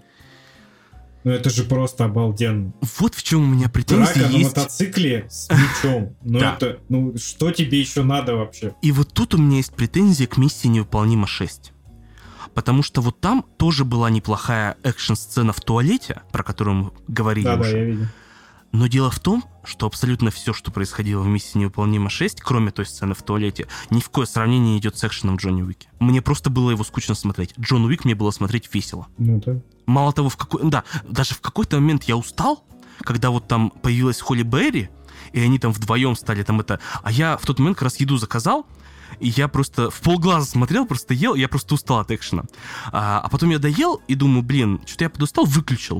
Это же просто обалденно. Вот в чем у меня претензии Драка есть. на мотоцикле с мечом. Это, что тебе еще надо вообще? И вот тут у меня есть претензии к миссии «Невыполнима 6». Потому что вот там тоже была неплохая экшн-сцена в туалете, про которую мы говорили уже. Да, я видел. Но дело в том, что абсолютно все, что происходило в миссии «Невыполнима 6», кроме той сцены в туалете, ни в кое сравнение не идет с экшеном в Джонни Уике. Мне просто было его скучно смотреть. Джон Уик мне было смотреть весело. Да. Мало того, даже в какой-то момент я устал, когда вот там появилась Холли Берри, и они там вдвоем стали там это... А я в тот момент как раз еду заказал, и я просто в полглаза смотрел, просто ел, и я просто устал от экшена. А потом я доел и думаю, что-то я подустал, выключил.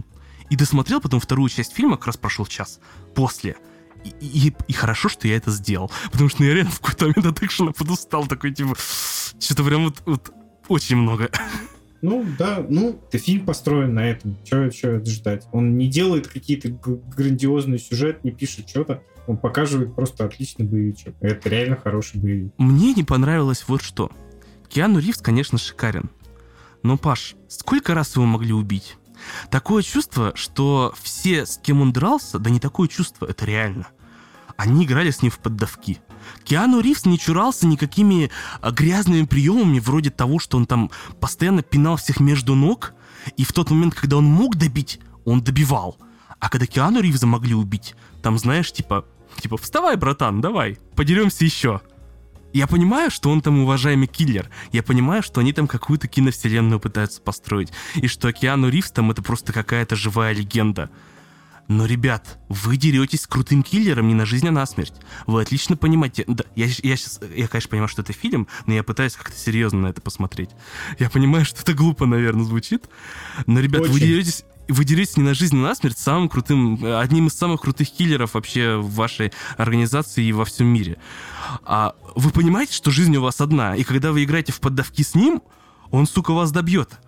И досмотрел потом вторую часть фильма, как раз прошел час после. И хорошо, что я это сделал. Потому что я реально в какой-то момент от экшена подустал. Такой, типа, что-то прям вот очень много. Ну, да, это фильм построен на этом. Чего ждать? Он не делает какие-то грандиозный сюжет, не пишет что-то. Он показывает просто отличный боевичок. Это реально хороший боевик. Мне не понравилось вот что. Киану Ривз, конечно, шикарен. Но, Паш, сколько раз его могли убить? Такое чувство, что все, с кем он дрался, да не такое чувство, это реально. Они играли с ним в поддавки. Киану Ривз не чурался никакими грязными приемами, вроде того, что он там постоянно пинал всех между ног, и в тот момент, когда он мог добить, он добивал. А когда Киану Ривза могли убить, там, знаешь, типа, вставай, братан, давай, подеремся еще. Я понимаю, что он там уважаемый киллер. Я понимаю, что они там какую-то киновселенную пытаются построить. И что Киану Ривз там это просто какая-то живая легенда. Но, ребят, вы деретесь с крутым киллером не на жизнь, а на смерть. Вы отлично понимаете... Да, я, конечно, понимаю, что это фильм, но я пытаюсь как-то серьезно на это посмотреть. Я понимаю, что это глупо, наверное, звучит. Но, ребят, вы деретесь не на жизнь, а на смерть самым крутым... Одним из самых крутых киллеров вообще в вашей организации и во всем мире. А вы понимаете, что жизнь у вас одна, и когда вы играете в поддавки с ним, он, сука, вас добьет.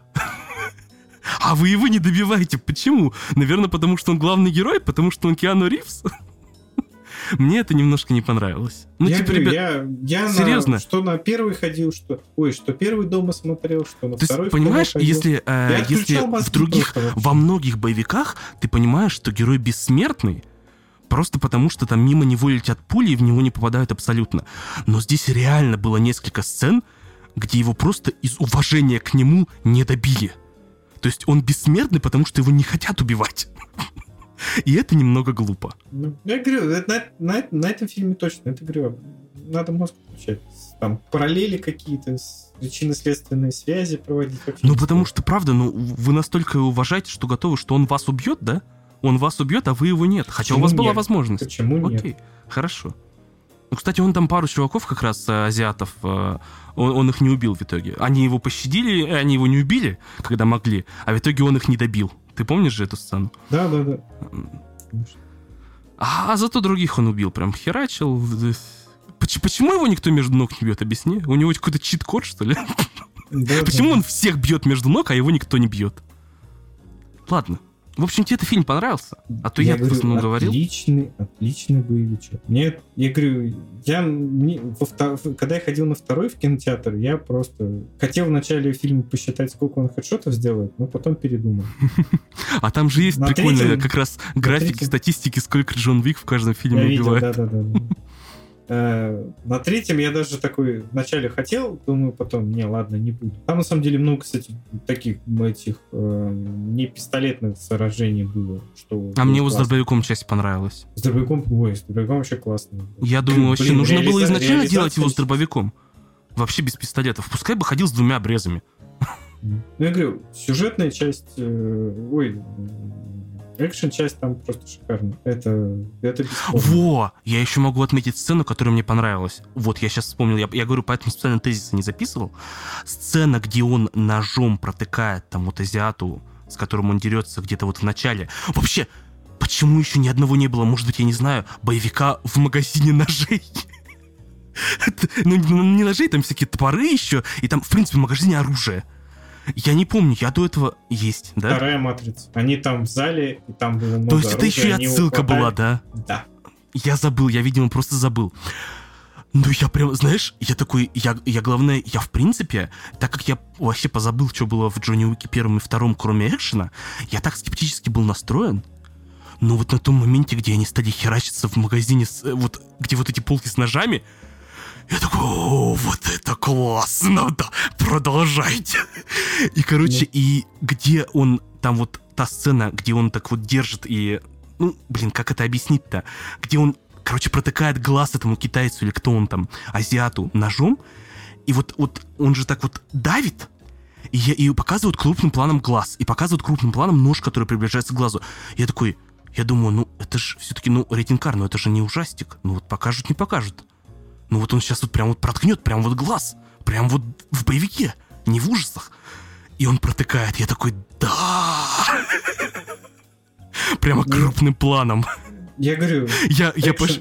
А вы его не добиваете. Почему? Наверное, потому что он главный герой? Потому что он Киану Ривз? Мне это немножко не понравилось. Ну, я типа, говорю, ребят, я серьезно? что на первый ходил, что первый дома смотрел, что на второй. То есть, понимаешь, если в других, во многих боевиках ты понимаешь, что герой бессмертный, просто потому что там мимо него летят пули и в него не попадают абсолютно. Но здесь реально было несколько сцен, где его просто из уважения к нему не добили. То есть он бессмертный, потому что его не хотят убивать. И это немного глупо. Я говорю, на этом фильме точно. Это, говорю, надо мозг включать. Там параллели какие-то, причинно-следственные связи проводить. Ну, потому что, правда, вы настолько его уважаете, что готовы, что он вас убьет, да? Он вас убьет, а вы его нет. Хотя у вас была возможность. Почему нет? Окей, хорошо. Ну, кстати, он там пару чуваков, как раз азиатов, он их не убил в итоге. Они его пощадили, они его не убили, когда могли, а в итоге он их не добил. Ты помнишь же эту сцену? Да. А зато других он убил, прям херачил. Почему его никто между ног не бьет, объясни? У него какой-то чит-код, что ли? Да, почему он всех бьет между ног, а его никто не бьет? Ладно. В общем, тебе этот фильм понравился? А то я в основном говорил. Отличный боевичок. Мне, я говорю, когда я ходил на второй в кинотеатр, я просто хотел в начале фильма посчитать, сколько он хедшотов сделает, но потом передумал. А там же есть прикольные как раз графики, статистики, сколько Джон Уик в каждом фильме убивает. Да. На третьем я даже такой вначале хотел, думаю, потом, ладно, не буду. Там на самом деле много, кстати, таких этих не пистолетных сражений было. А мне вот с дробовиком часть понравилась. С дробовиком вообще классно. Я думаю, вообще нужно было изначально делать его с дробовиком. Вообще без пистолетов. Пускай бы ходил с 2 обрезами. Ну, я говорю, сюжетная часть... экшн-часть там просто шикарная. Это бесспорно. Во! Я еще могу отметить сцену, которая мне понравилась. Вот, я сейчас вспомнил. Я говорю, поэтому специально тезисы не записывал. Сцена, где он ножом протыкает там вот азиату, с которым он дерется где-то вот в начале. Вообще, почему еще ни одного не было, может быть, я не знаю, боевика в магазине ножей? Ну, не ножей, там всякие топоры еще, и там, в принципе, в магазине оружия. Я не помню, я до этого есть, да? Вторая «Матрица». Они там в зале, и там было много То есть это еще и отсылка была, да? Да. Я забыл, я, видимо, просто забыл. Ну, я прям, знаешь, я такой, главное, я в принципе, так как я вообще позабыл, что было в Джонни Уике 1 и 2, кроме экшена, я так скептически был настроен. Но вот на том моменте, где они стали херачиться в магазине, где вот эти полки с ножами, я такой, вот это классно, да, продолжайте. И, короче, и где он, там вот та сцена, где он так вот держит и, как это объяснить-то? Где он, короче, протыкает глаз этому китайцу или кто он там, азиату, ножом, и вот он же так вот давит, и показывают крупным планом глаз, и показывают крупным планом нож, который приближается к глазу. Я думаю, это же все-таки, рейтинг R, это же не ужастик. Вот покажут, не покажут. Он сейчас вот прям вот проткнет, прям вот глаз. Прям вот в боевике, не в ужасах. И он протыкает. Я такой, да! Прямо крупным планом. Я говорю, Я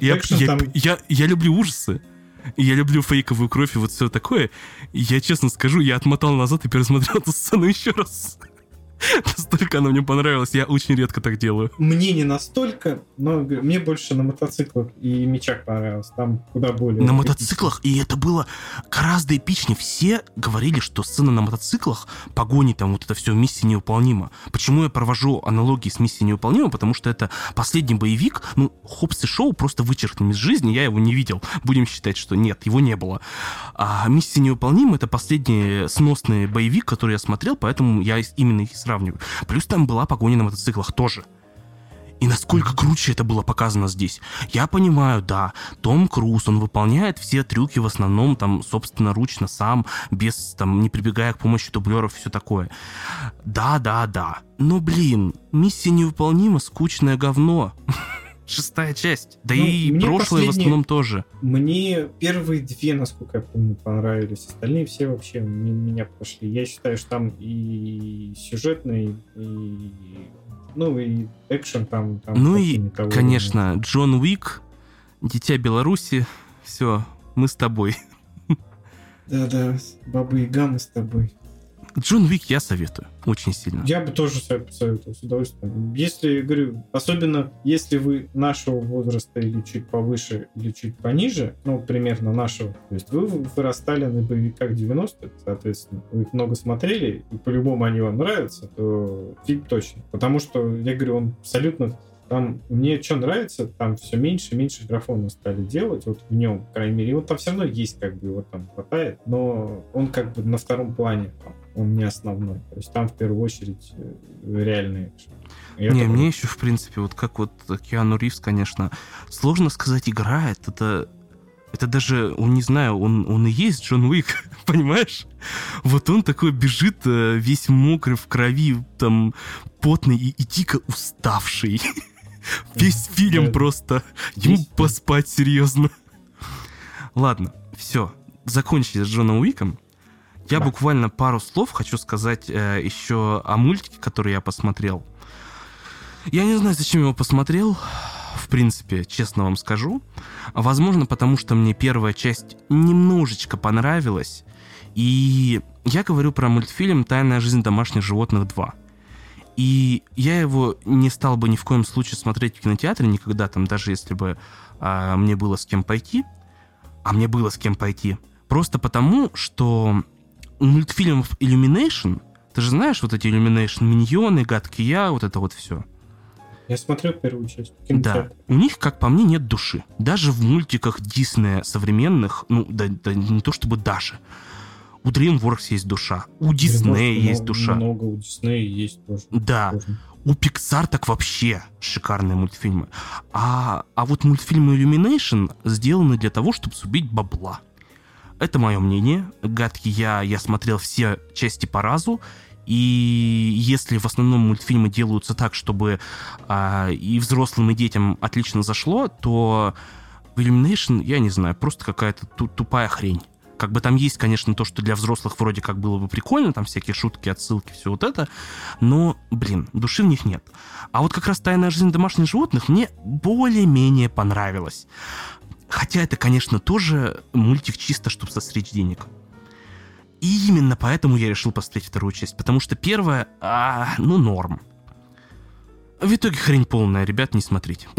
люблю ужасы. Я люблю фейковую кровь и вот все такое. И я честно скажу, я отмотал назад и пересмотрел эту сцену еще раз. Настолько она мне понравилась, я очень редко так делаю. Мне не настолько, но мне больше на мотоциклах и мечах понравилось. Там куда более... На мотоциклах, и это было гораздо эпичнее. Все говорили, что сцена на мотоциклах, погони, там вот это все, миссия невыполнима. Почему я провожу аналогии с миссией невыполнима? Потому что это последний боевик, ну, Хоббс и Шоу просто вычеркнем из жизни, я его не видел. Будем считать, что нет, его не было. А миссия невыполнима — это последний сносный боевик, который я смотрел, поэтому я именно их сравниваю. Плюс там была погоня на мотоциклах тоже. И насколько круче это было показано здесь. Я понимаю, да, Том Круз, он выполняет все трюки в основном там собственноручно сам, без там, не прибегая к помощи дублеров и все такое. Да. Но, блин, миссия невыполнима, скучное говно. 6-я часть. Да и прошлое в основном тоже. Мне первые 2, насколько я помню, понравились. Остальные все вообще меня пошли. Я считаю, что там и сюжетный, и экшен там ну и, конечно, Джон Уик, Дитя Беларуси, все, мы с тобой. Да, Баба Яга, мы с тобой. Джон Уик я советую очень сильно. Я бы тоже советовал с удовольствием. Если, говорю, особенно если вы нашего возраста или чуть повыше, или чуть пониже, ну, примерно нашего, то есть вы вырастали на боевиках 90-х, соответственно, вы их много смотрели, и по-любому они вам нравятся, то фильм точно. Потому что, я говорю, он абсолютно... Там мне что нравится, там все меньше и меньше графона стали делать, вот в нем, по крайней мере. И он там все равно есть, как бы его там хватает, но он как бы на втором плане, там, он не основной. То есть там в первую очередь реальный экшен. Мне еще, в принципе, вот как вот Киану Ривз, конечно, сложно сказать, играет. Это даже, не знаю, он и есть Джон Уик, понимаешь? Вот он такой бежит, весь мокрый, в крови, там, потный и дико уставший. Весь фильм просто. Ему поспать серьезно. Ладно, все. Закончили с Джоном Уиком. Я буквально пару слов хочу сказать еще о мультике, который я посмотрел. Я не знаю, зачем я его посмотрел. В принципе, честно вам скажу. Возможно, потому что мне первая часть немножечко понравилась. И я говорю про мультфильм «Тайная жизнь домашних животных 2». И я его не стал бы ни в коем случае смотреть в кинотеатре никогда, там, даже если бы мне было с кем пойти. А мне было с кем пойти. Просто потому, что у мультфильмов Illumination, ты же знаешь вот эти Illumination, Миньоны, Гадкий я, вот это вот все. Я смотрел первую часть. Да, у них, как по мне, нет души. Даже в мультиках Диснея современных, ну, да не то чтобы даже. У DreamWorks есть душа, у Диснея есть душа. Много у Диснея есть тоже. Да, у Pixar так вообще шикарные мультфильмы. А вот мультфильмы Illumination сделаны для того, чтобы срубить бабла. Это мое мнение. Гадкий я смотрел все части по разу. И если в основном мультфильмы делаются так, чтобы и взрослым, и детям отлично зашло, то в Illumination, я не знаю, просто какая-то тупая хрень. Как бы там есть, конечно, то, что для взрослых вроде как было бы прикольно, там всякие шутки, отсылки, все вот это, но, блин, души в них нет. А вот как раз «Тайная жизнь домашних животных» мне более-менее понравилась. Хотя это, конечно, тоже мультик чисто, чтобы состричь денег. И именно поэтому я решил посмотреть вторую часть, потому что первая, норм. В итоге хрень полная, ребят, не смотрите.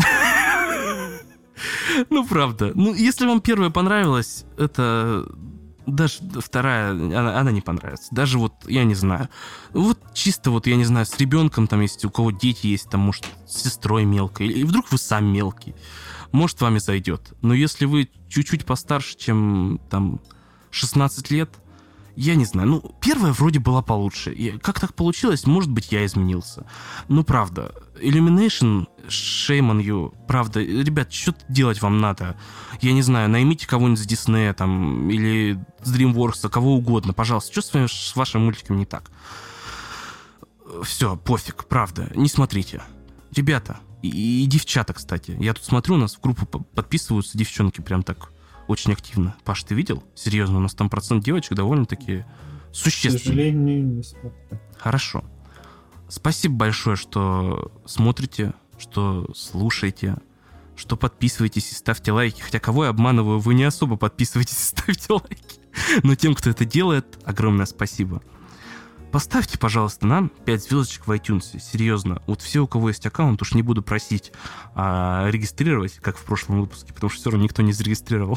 Ну, правда. Ну, если вам первая понравилась, это... Даже вторая, она не понравится. Даже вот, я не знаю. Вот чисто вот, я не знаю, с ребенком, там, если у кого дети есть, там, может, с сестрой мелкой, или вдруг вы сам мелкий, может, вам и зайдет. Но если вы чуть-чуть постарше, чем, там, 16 лет, я не знаю, ну, первая вроде была получше. И как так получилось, может быть, я изменился. Ну, правда, Illumination, shame on you. Правда, ребят, что делать вам надо? Я не знаю, наймите кого-нибудь с Диснея, там, или с DreamWorks, кого угодно, пожалуйста. Что с вашим мультиком не так? Все, пофиг, правда, не смотрите. Ребята, и девчата, кстати. Я тут смотрю, у нас в группу подписываются девчонки прям так... Очень активно. Паш, ты видел? Серьезно, у нас там процент девочек довольно-таки существенный. К сожалению, не смотрю. Хорошо. Спасибо большое, что смотрите, что слушаете, что подписываетесь и ставьте лайки. Хотя кого я обманываю, вы не особо подписываетесь и ставьте лайки. Но тем, кто это делает, огромное спасибо. Поставьте, пожалуйста, нам 5 звездочек в iTunes. Серьезно. Вот все, у кого есть аккаунт, уж не буду просить регистрировать, как в прошлом выпуске, потому что все равно никто не зарегистрировал.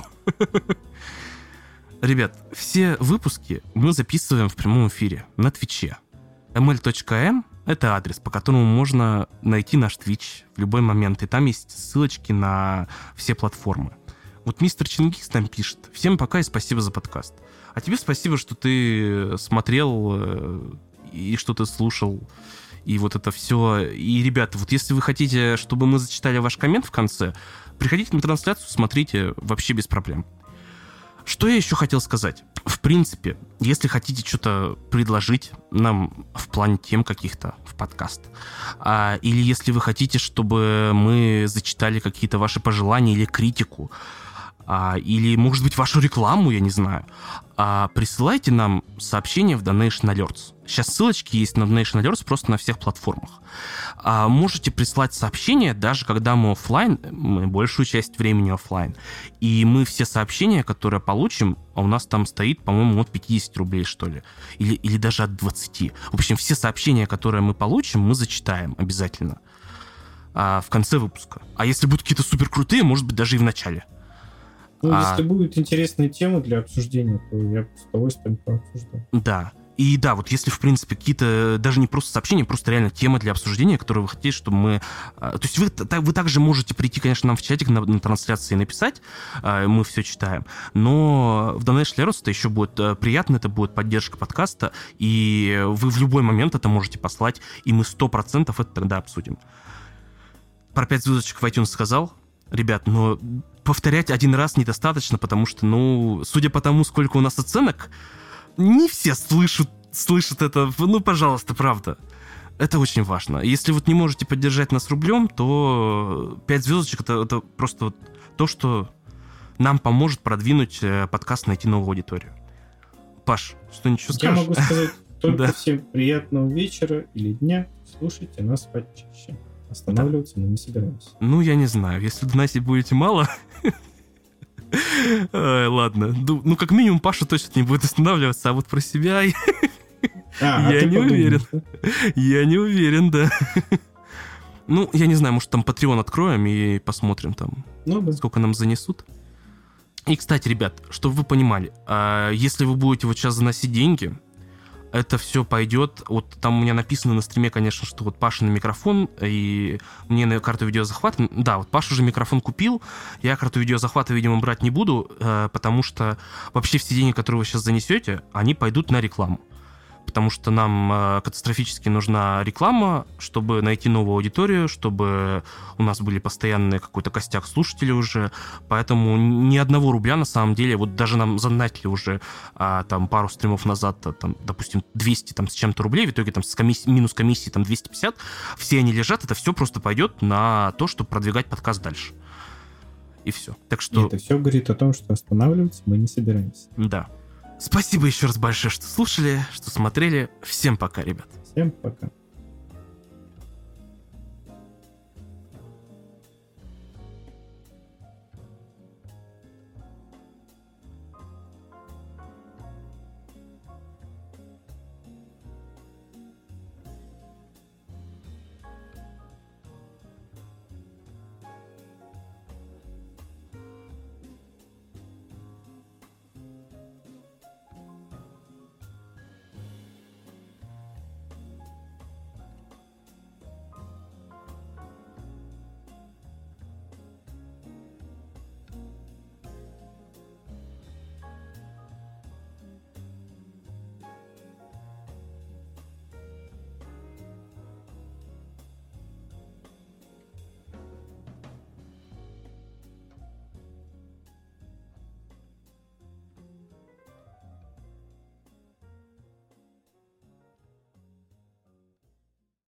Ребят, все выпуски мы записываем в прямом эфире на Твиче. ml.m — это адрес, по которому можно найти наш Twitch в любой момент. И там есть ссылочки на все платформы. Вот мистер Чингис там пишет: всем пока и спасибо за подкаст. А тебе спасибо, что ты смотрел и что ты слушал, и вот это все. И, ребята, вот если вы хотите, чтобы мы зачитали ваш коммент в конце, приходите на трансляцию, смотрите, вообще без проблем. Что я еще хотел сказать? В принципе, если хотите что-то предложить нам в плане тем каких-то в подкаст, или если вы хотите, чтобы мы зачитали какие-то ваши пожелания или критику, или, может быть, вашу рекламу, я не знаю, присылайте нам сообщение в Donation Alerts. Сейчас ссылочки есть на Donation Alerts просто на всех платформах. Можете прислать сообщение, даже когда мы офлайн, мы большую часть времени офлайн, и мы все сообщения, которые получим, у нас там стоит, по-моему, от 50 рублей, что ли, или даже от 20. В общем, все сообщения, которые мы получим, мы зачитаем обязательно в конце выпуска. А если будут какие-то суперкрутые, может быть, даже и в начале. Ну, если будет интересная тема для обсуждения, то я с удовольствием пообсуждаю. Да. И да, вот если, в принципе, какие-то, даже не просто сообщения, просто реально темы для обсуждения, которые вы хотите, чтобы мы... То есть вы также можете прийти, конечно, нам в чатик на трансляции и написать, мы все читаем, но в Donation Alerts это еще будет приятно, это будет поддержка подкаста, и вы в любой момент это можете послать, и мы 100% это тогда обсудим. Про 5 звездочек в iTunes сказал. Ребят, но повторять один раз недостаточно, потому что, судя по тому, сколько у нас оценок, не все слышат это. Ну, пожалуйста, правда. Это очень важно. Если вот не можете поддержать нас рублем, то 5 звездочек это просто вот то, что нам поможет продвинуть подкаст, найти новую аудиторию. Паш, что-нибудь еще скажешь? Я могу сказать только всем приятного вечера или дня. Слушайте нас почаще. Останавливаться мы не собираемся. Ну, я не знаю. Если донатить будете мало... Ладно. Ну, как минимум, Паша точно не будет останавливаться, а вот про себя... Я не уверен. Я не уверен, да. Ну, я не знаю, может, там Patreon откроем и посмотрим там, сколько нам занесут. И, кстати, ребят, чтобы вы понимали, если вы будете вот сейчас заносить деньги... Это все пойдет, вот там у меня написано на стриме, конечно, что вот Паша на микрофон, и мне на карту видеозахвата, да, вот Паша уже микрофон купил, я карту видеозахвата, видимо, брать не буду, потому что вообще все деньги, которые вы сейчас занесете, они пойдут на рекламу. Потому что нам катастрофически нужна реклама, чтобы найти новую аудиторию, чтобы у нас были постоянные какой-то костяк слушателей уже. Поэтому ни одного рубля на самом деле, вот даже нам задонатили уже там пару стримов назад, там, допустим, 200 там, с чем-то рублей, в итоге там минус комиссии там 250, все они лежат, это все просто пойдет на то, чтобы продвигать подкаст дальше. И все. Так что... Это все говорит о том, что останавливаться мы не собираемся. Да. Спасибо еще раз большое, что слушали, что смотрели. Всем пока, ребят. Всем пока.